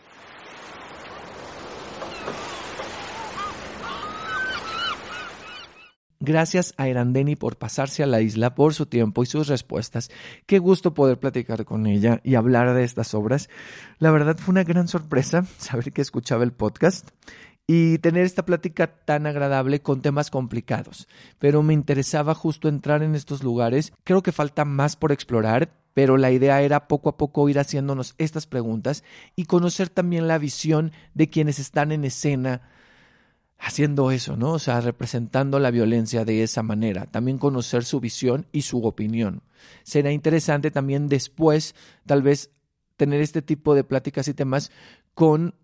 Gracias a Arandeni por pasarse a la isla, por su tiempo y sus respuestas. Qué gusto poder platicar con ella y hablar de estas obras. La verdad fue una gran sorpresa saber que escuchaba el podcast y tener esta plática tan agradable con temas complicados. Pero me interesaba justo entrar en estos lugares. Creo que falta más por explorar, pero la idea era poco a poco ir haciéndonos estas preguntas y conocer también la visión de quienes están en escena haciendo eso, ¿no? O sea, representando la violencia de esa manera. También conocer su visión y su opinión. Será interesante también después, tal vez, tener este tipo de pláticas y temas con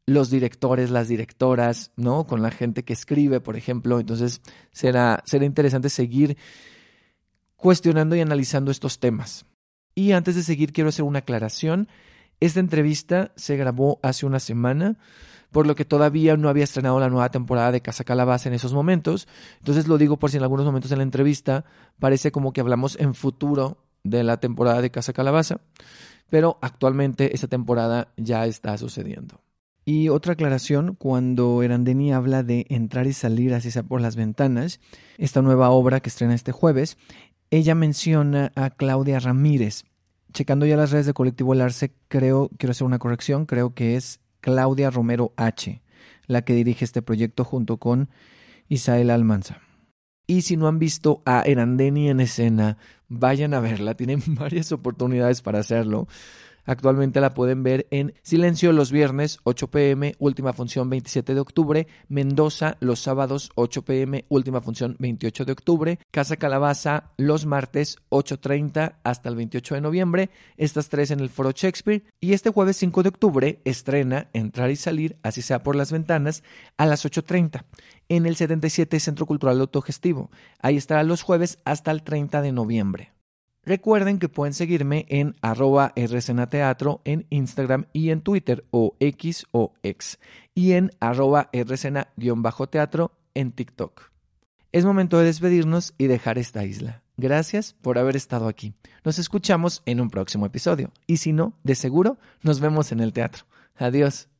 los directores, las directoras, ¿no? Con la gente que escribe, por ejemplo. Entonces será interesante seguir cuestionando y analizando estos temas. Y antes de seguir, quiero hacer una aclaración. Esta entrevista se grabó hace una semana, por lo que todavía no había estrenado la nueva temporada de Casa Calabaza en esos momentos. Entonces lo digo por si en algunos momentos en la entrevista parece como que hablamos en futuro de la temporada de Casa Calabaza, pero actualmente esta temporada ya está sucediendo. Y otra aclaración, cuando Erandenis habla de Entrar y salir así sea por las ventanas, esta nueva obra que estrena este jueves, ella menciona a Claudia Ramírez. Checando ya las redes de Colectivo El Arce, quiero hacer una corrección, creo que es Claudia Romero H., la que dirige este proyecto junto con Isael Almanza. Y si no han visto a Erandenis en escena, vayan a verla, tienen varias oportunidades para hacerlo. Actualmente la pueden ver en Silencio los viernes, 8 p.m., última función 27 de octubre, Mendoza los sábados, 8 p.m., última función 28 de octubre, Casa Calabaza los martes, 8:30 hasta el 28 de noviembre, estas tres en el Foro Shakespeare, y este jueves 5 de octubre estrena Entrar y salir, así sea por las ventanas, a las 8:30, en el 77 Centro Cultural Autogestivo. Ahí estará los jueves hasta el 30 de noviembre. Recuerden que pueden seguirme en @rcenateatro en Instagram y en Twitter, o X o X, y en @rcena_teatro en TikTok. Es momento de despedirnos y dejar esta isla. Gracias por haber estado aquí. Nos escuchamos en un próximo episodio, y si no, de seguro nos vemos en el teatro. Adiós.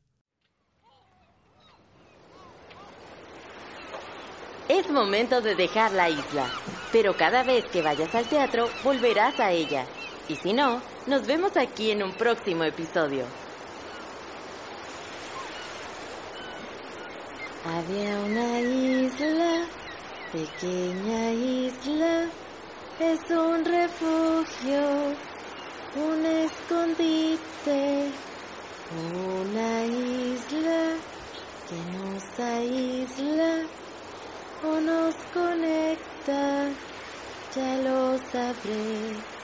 Es momento de dejar la isla, pero cada vez que vayas al teatro volverás a ella. Y si no, nos vemos aquí en un próximo episodio. Había una isla, pequeña isla, es un refugio, un escondite, una isla que nos aísla o nos conecta, ya lo sabré.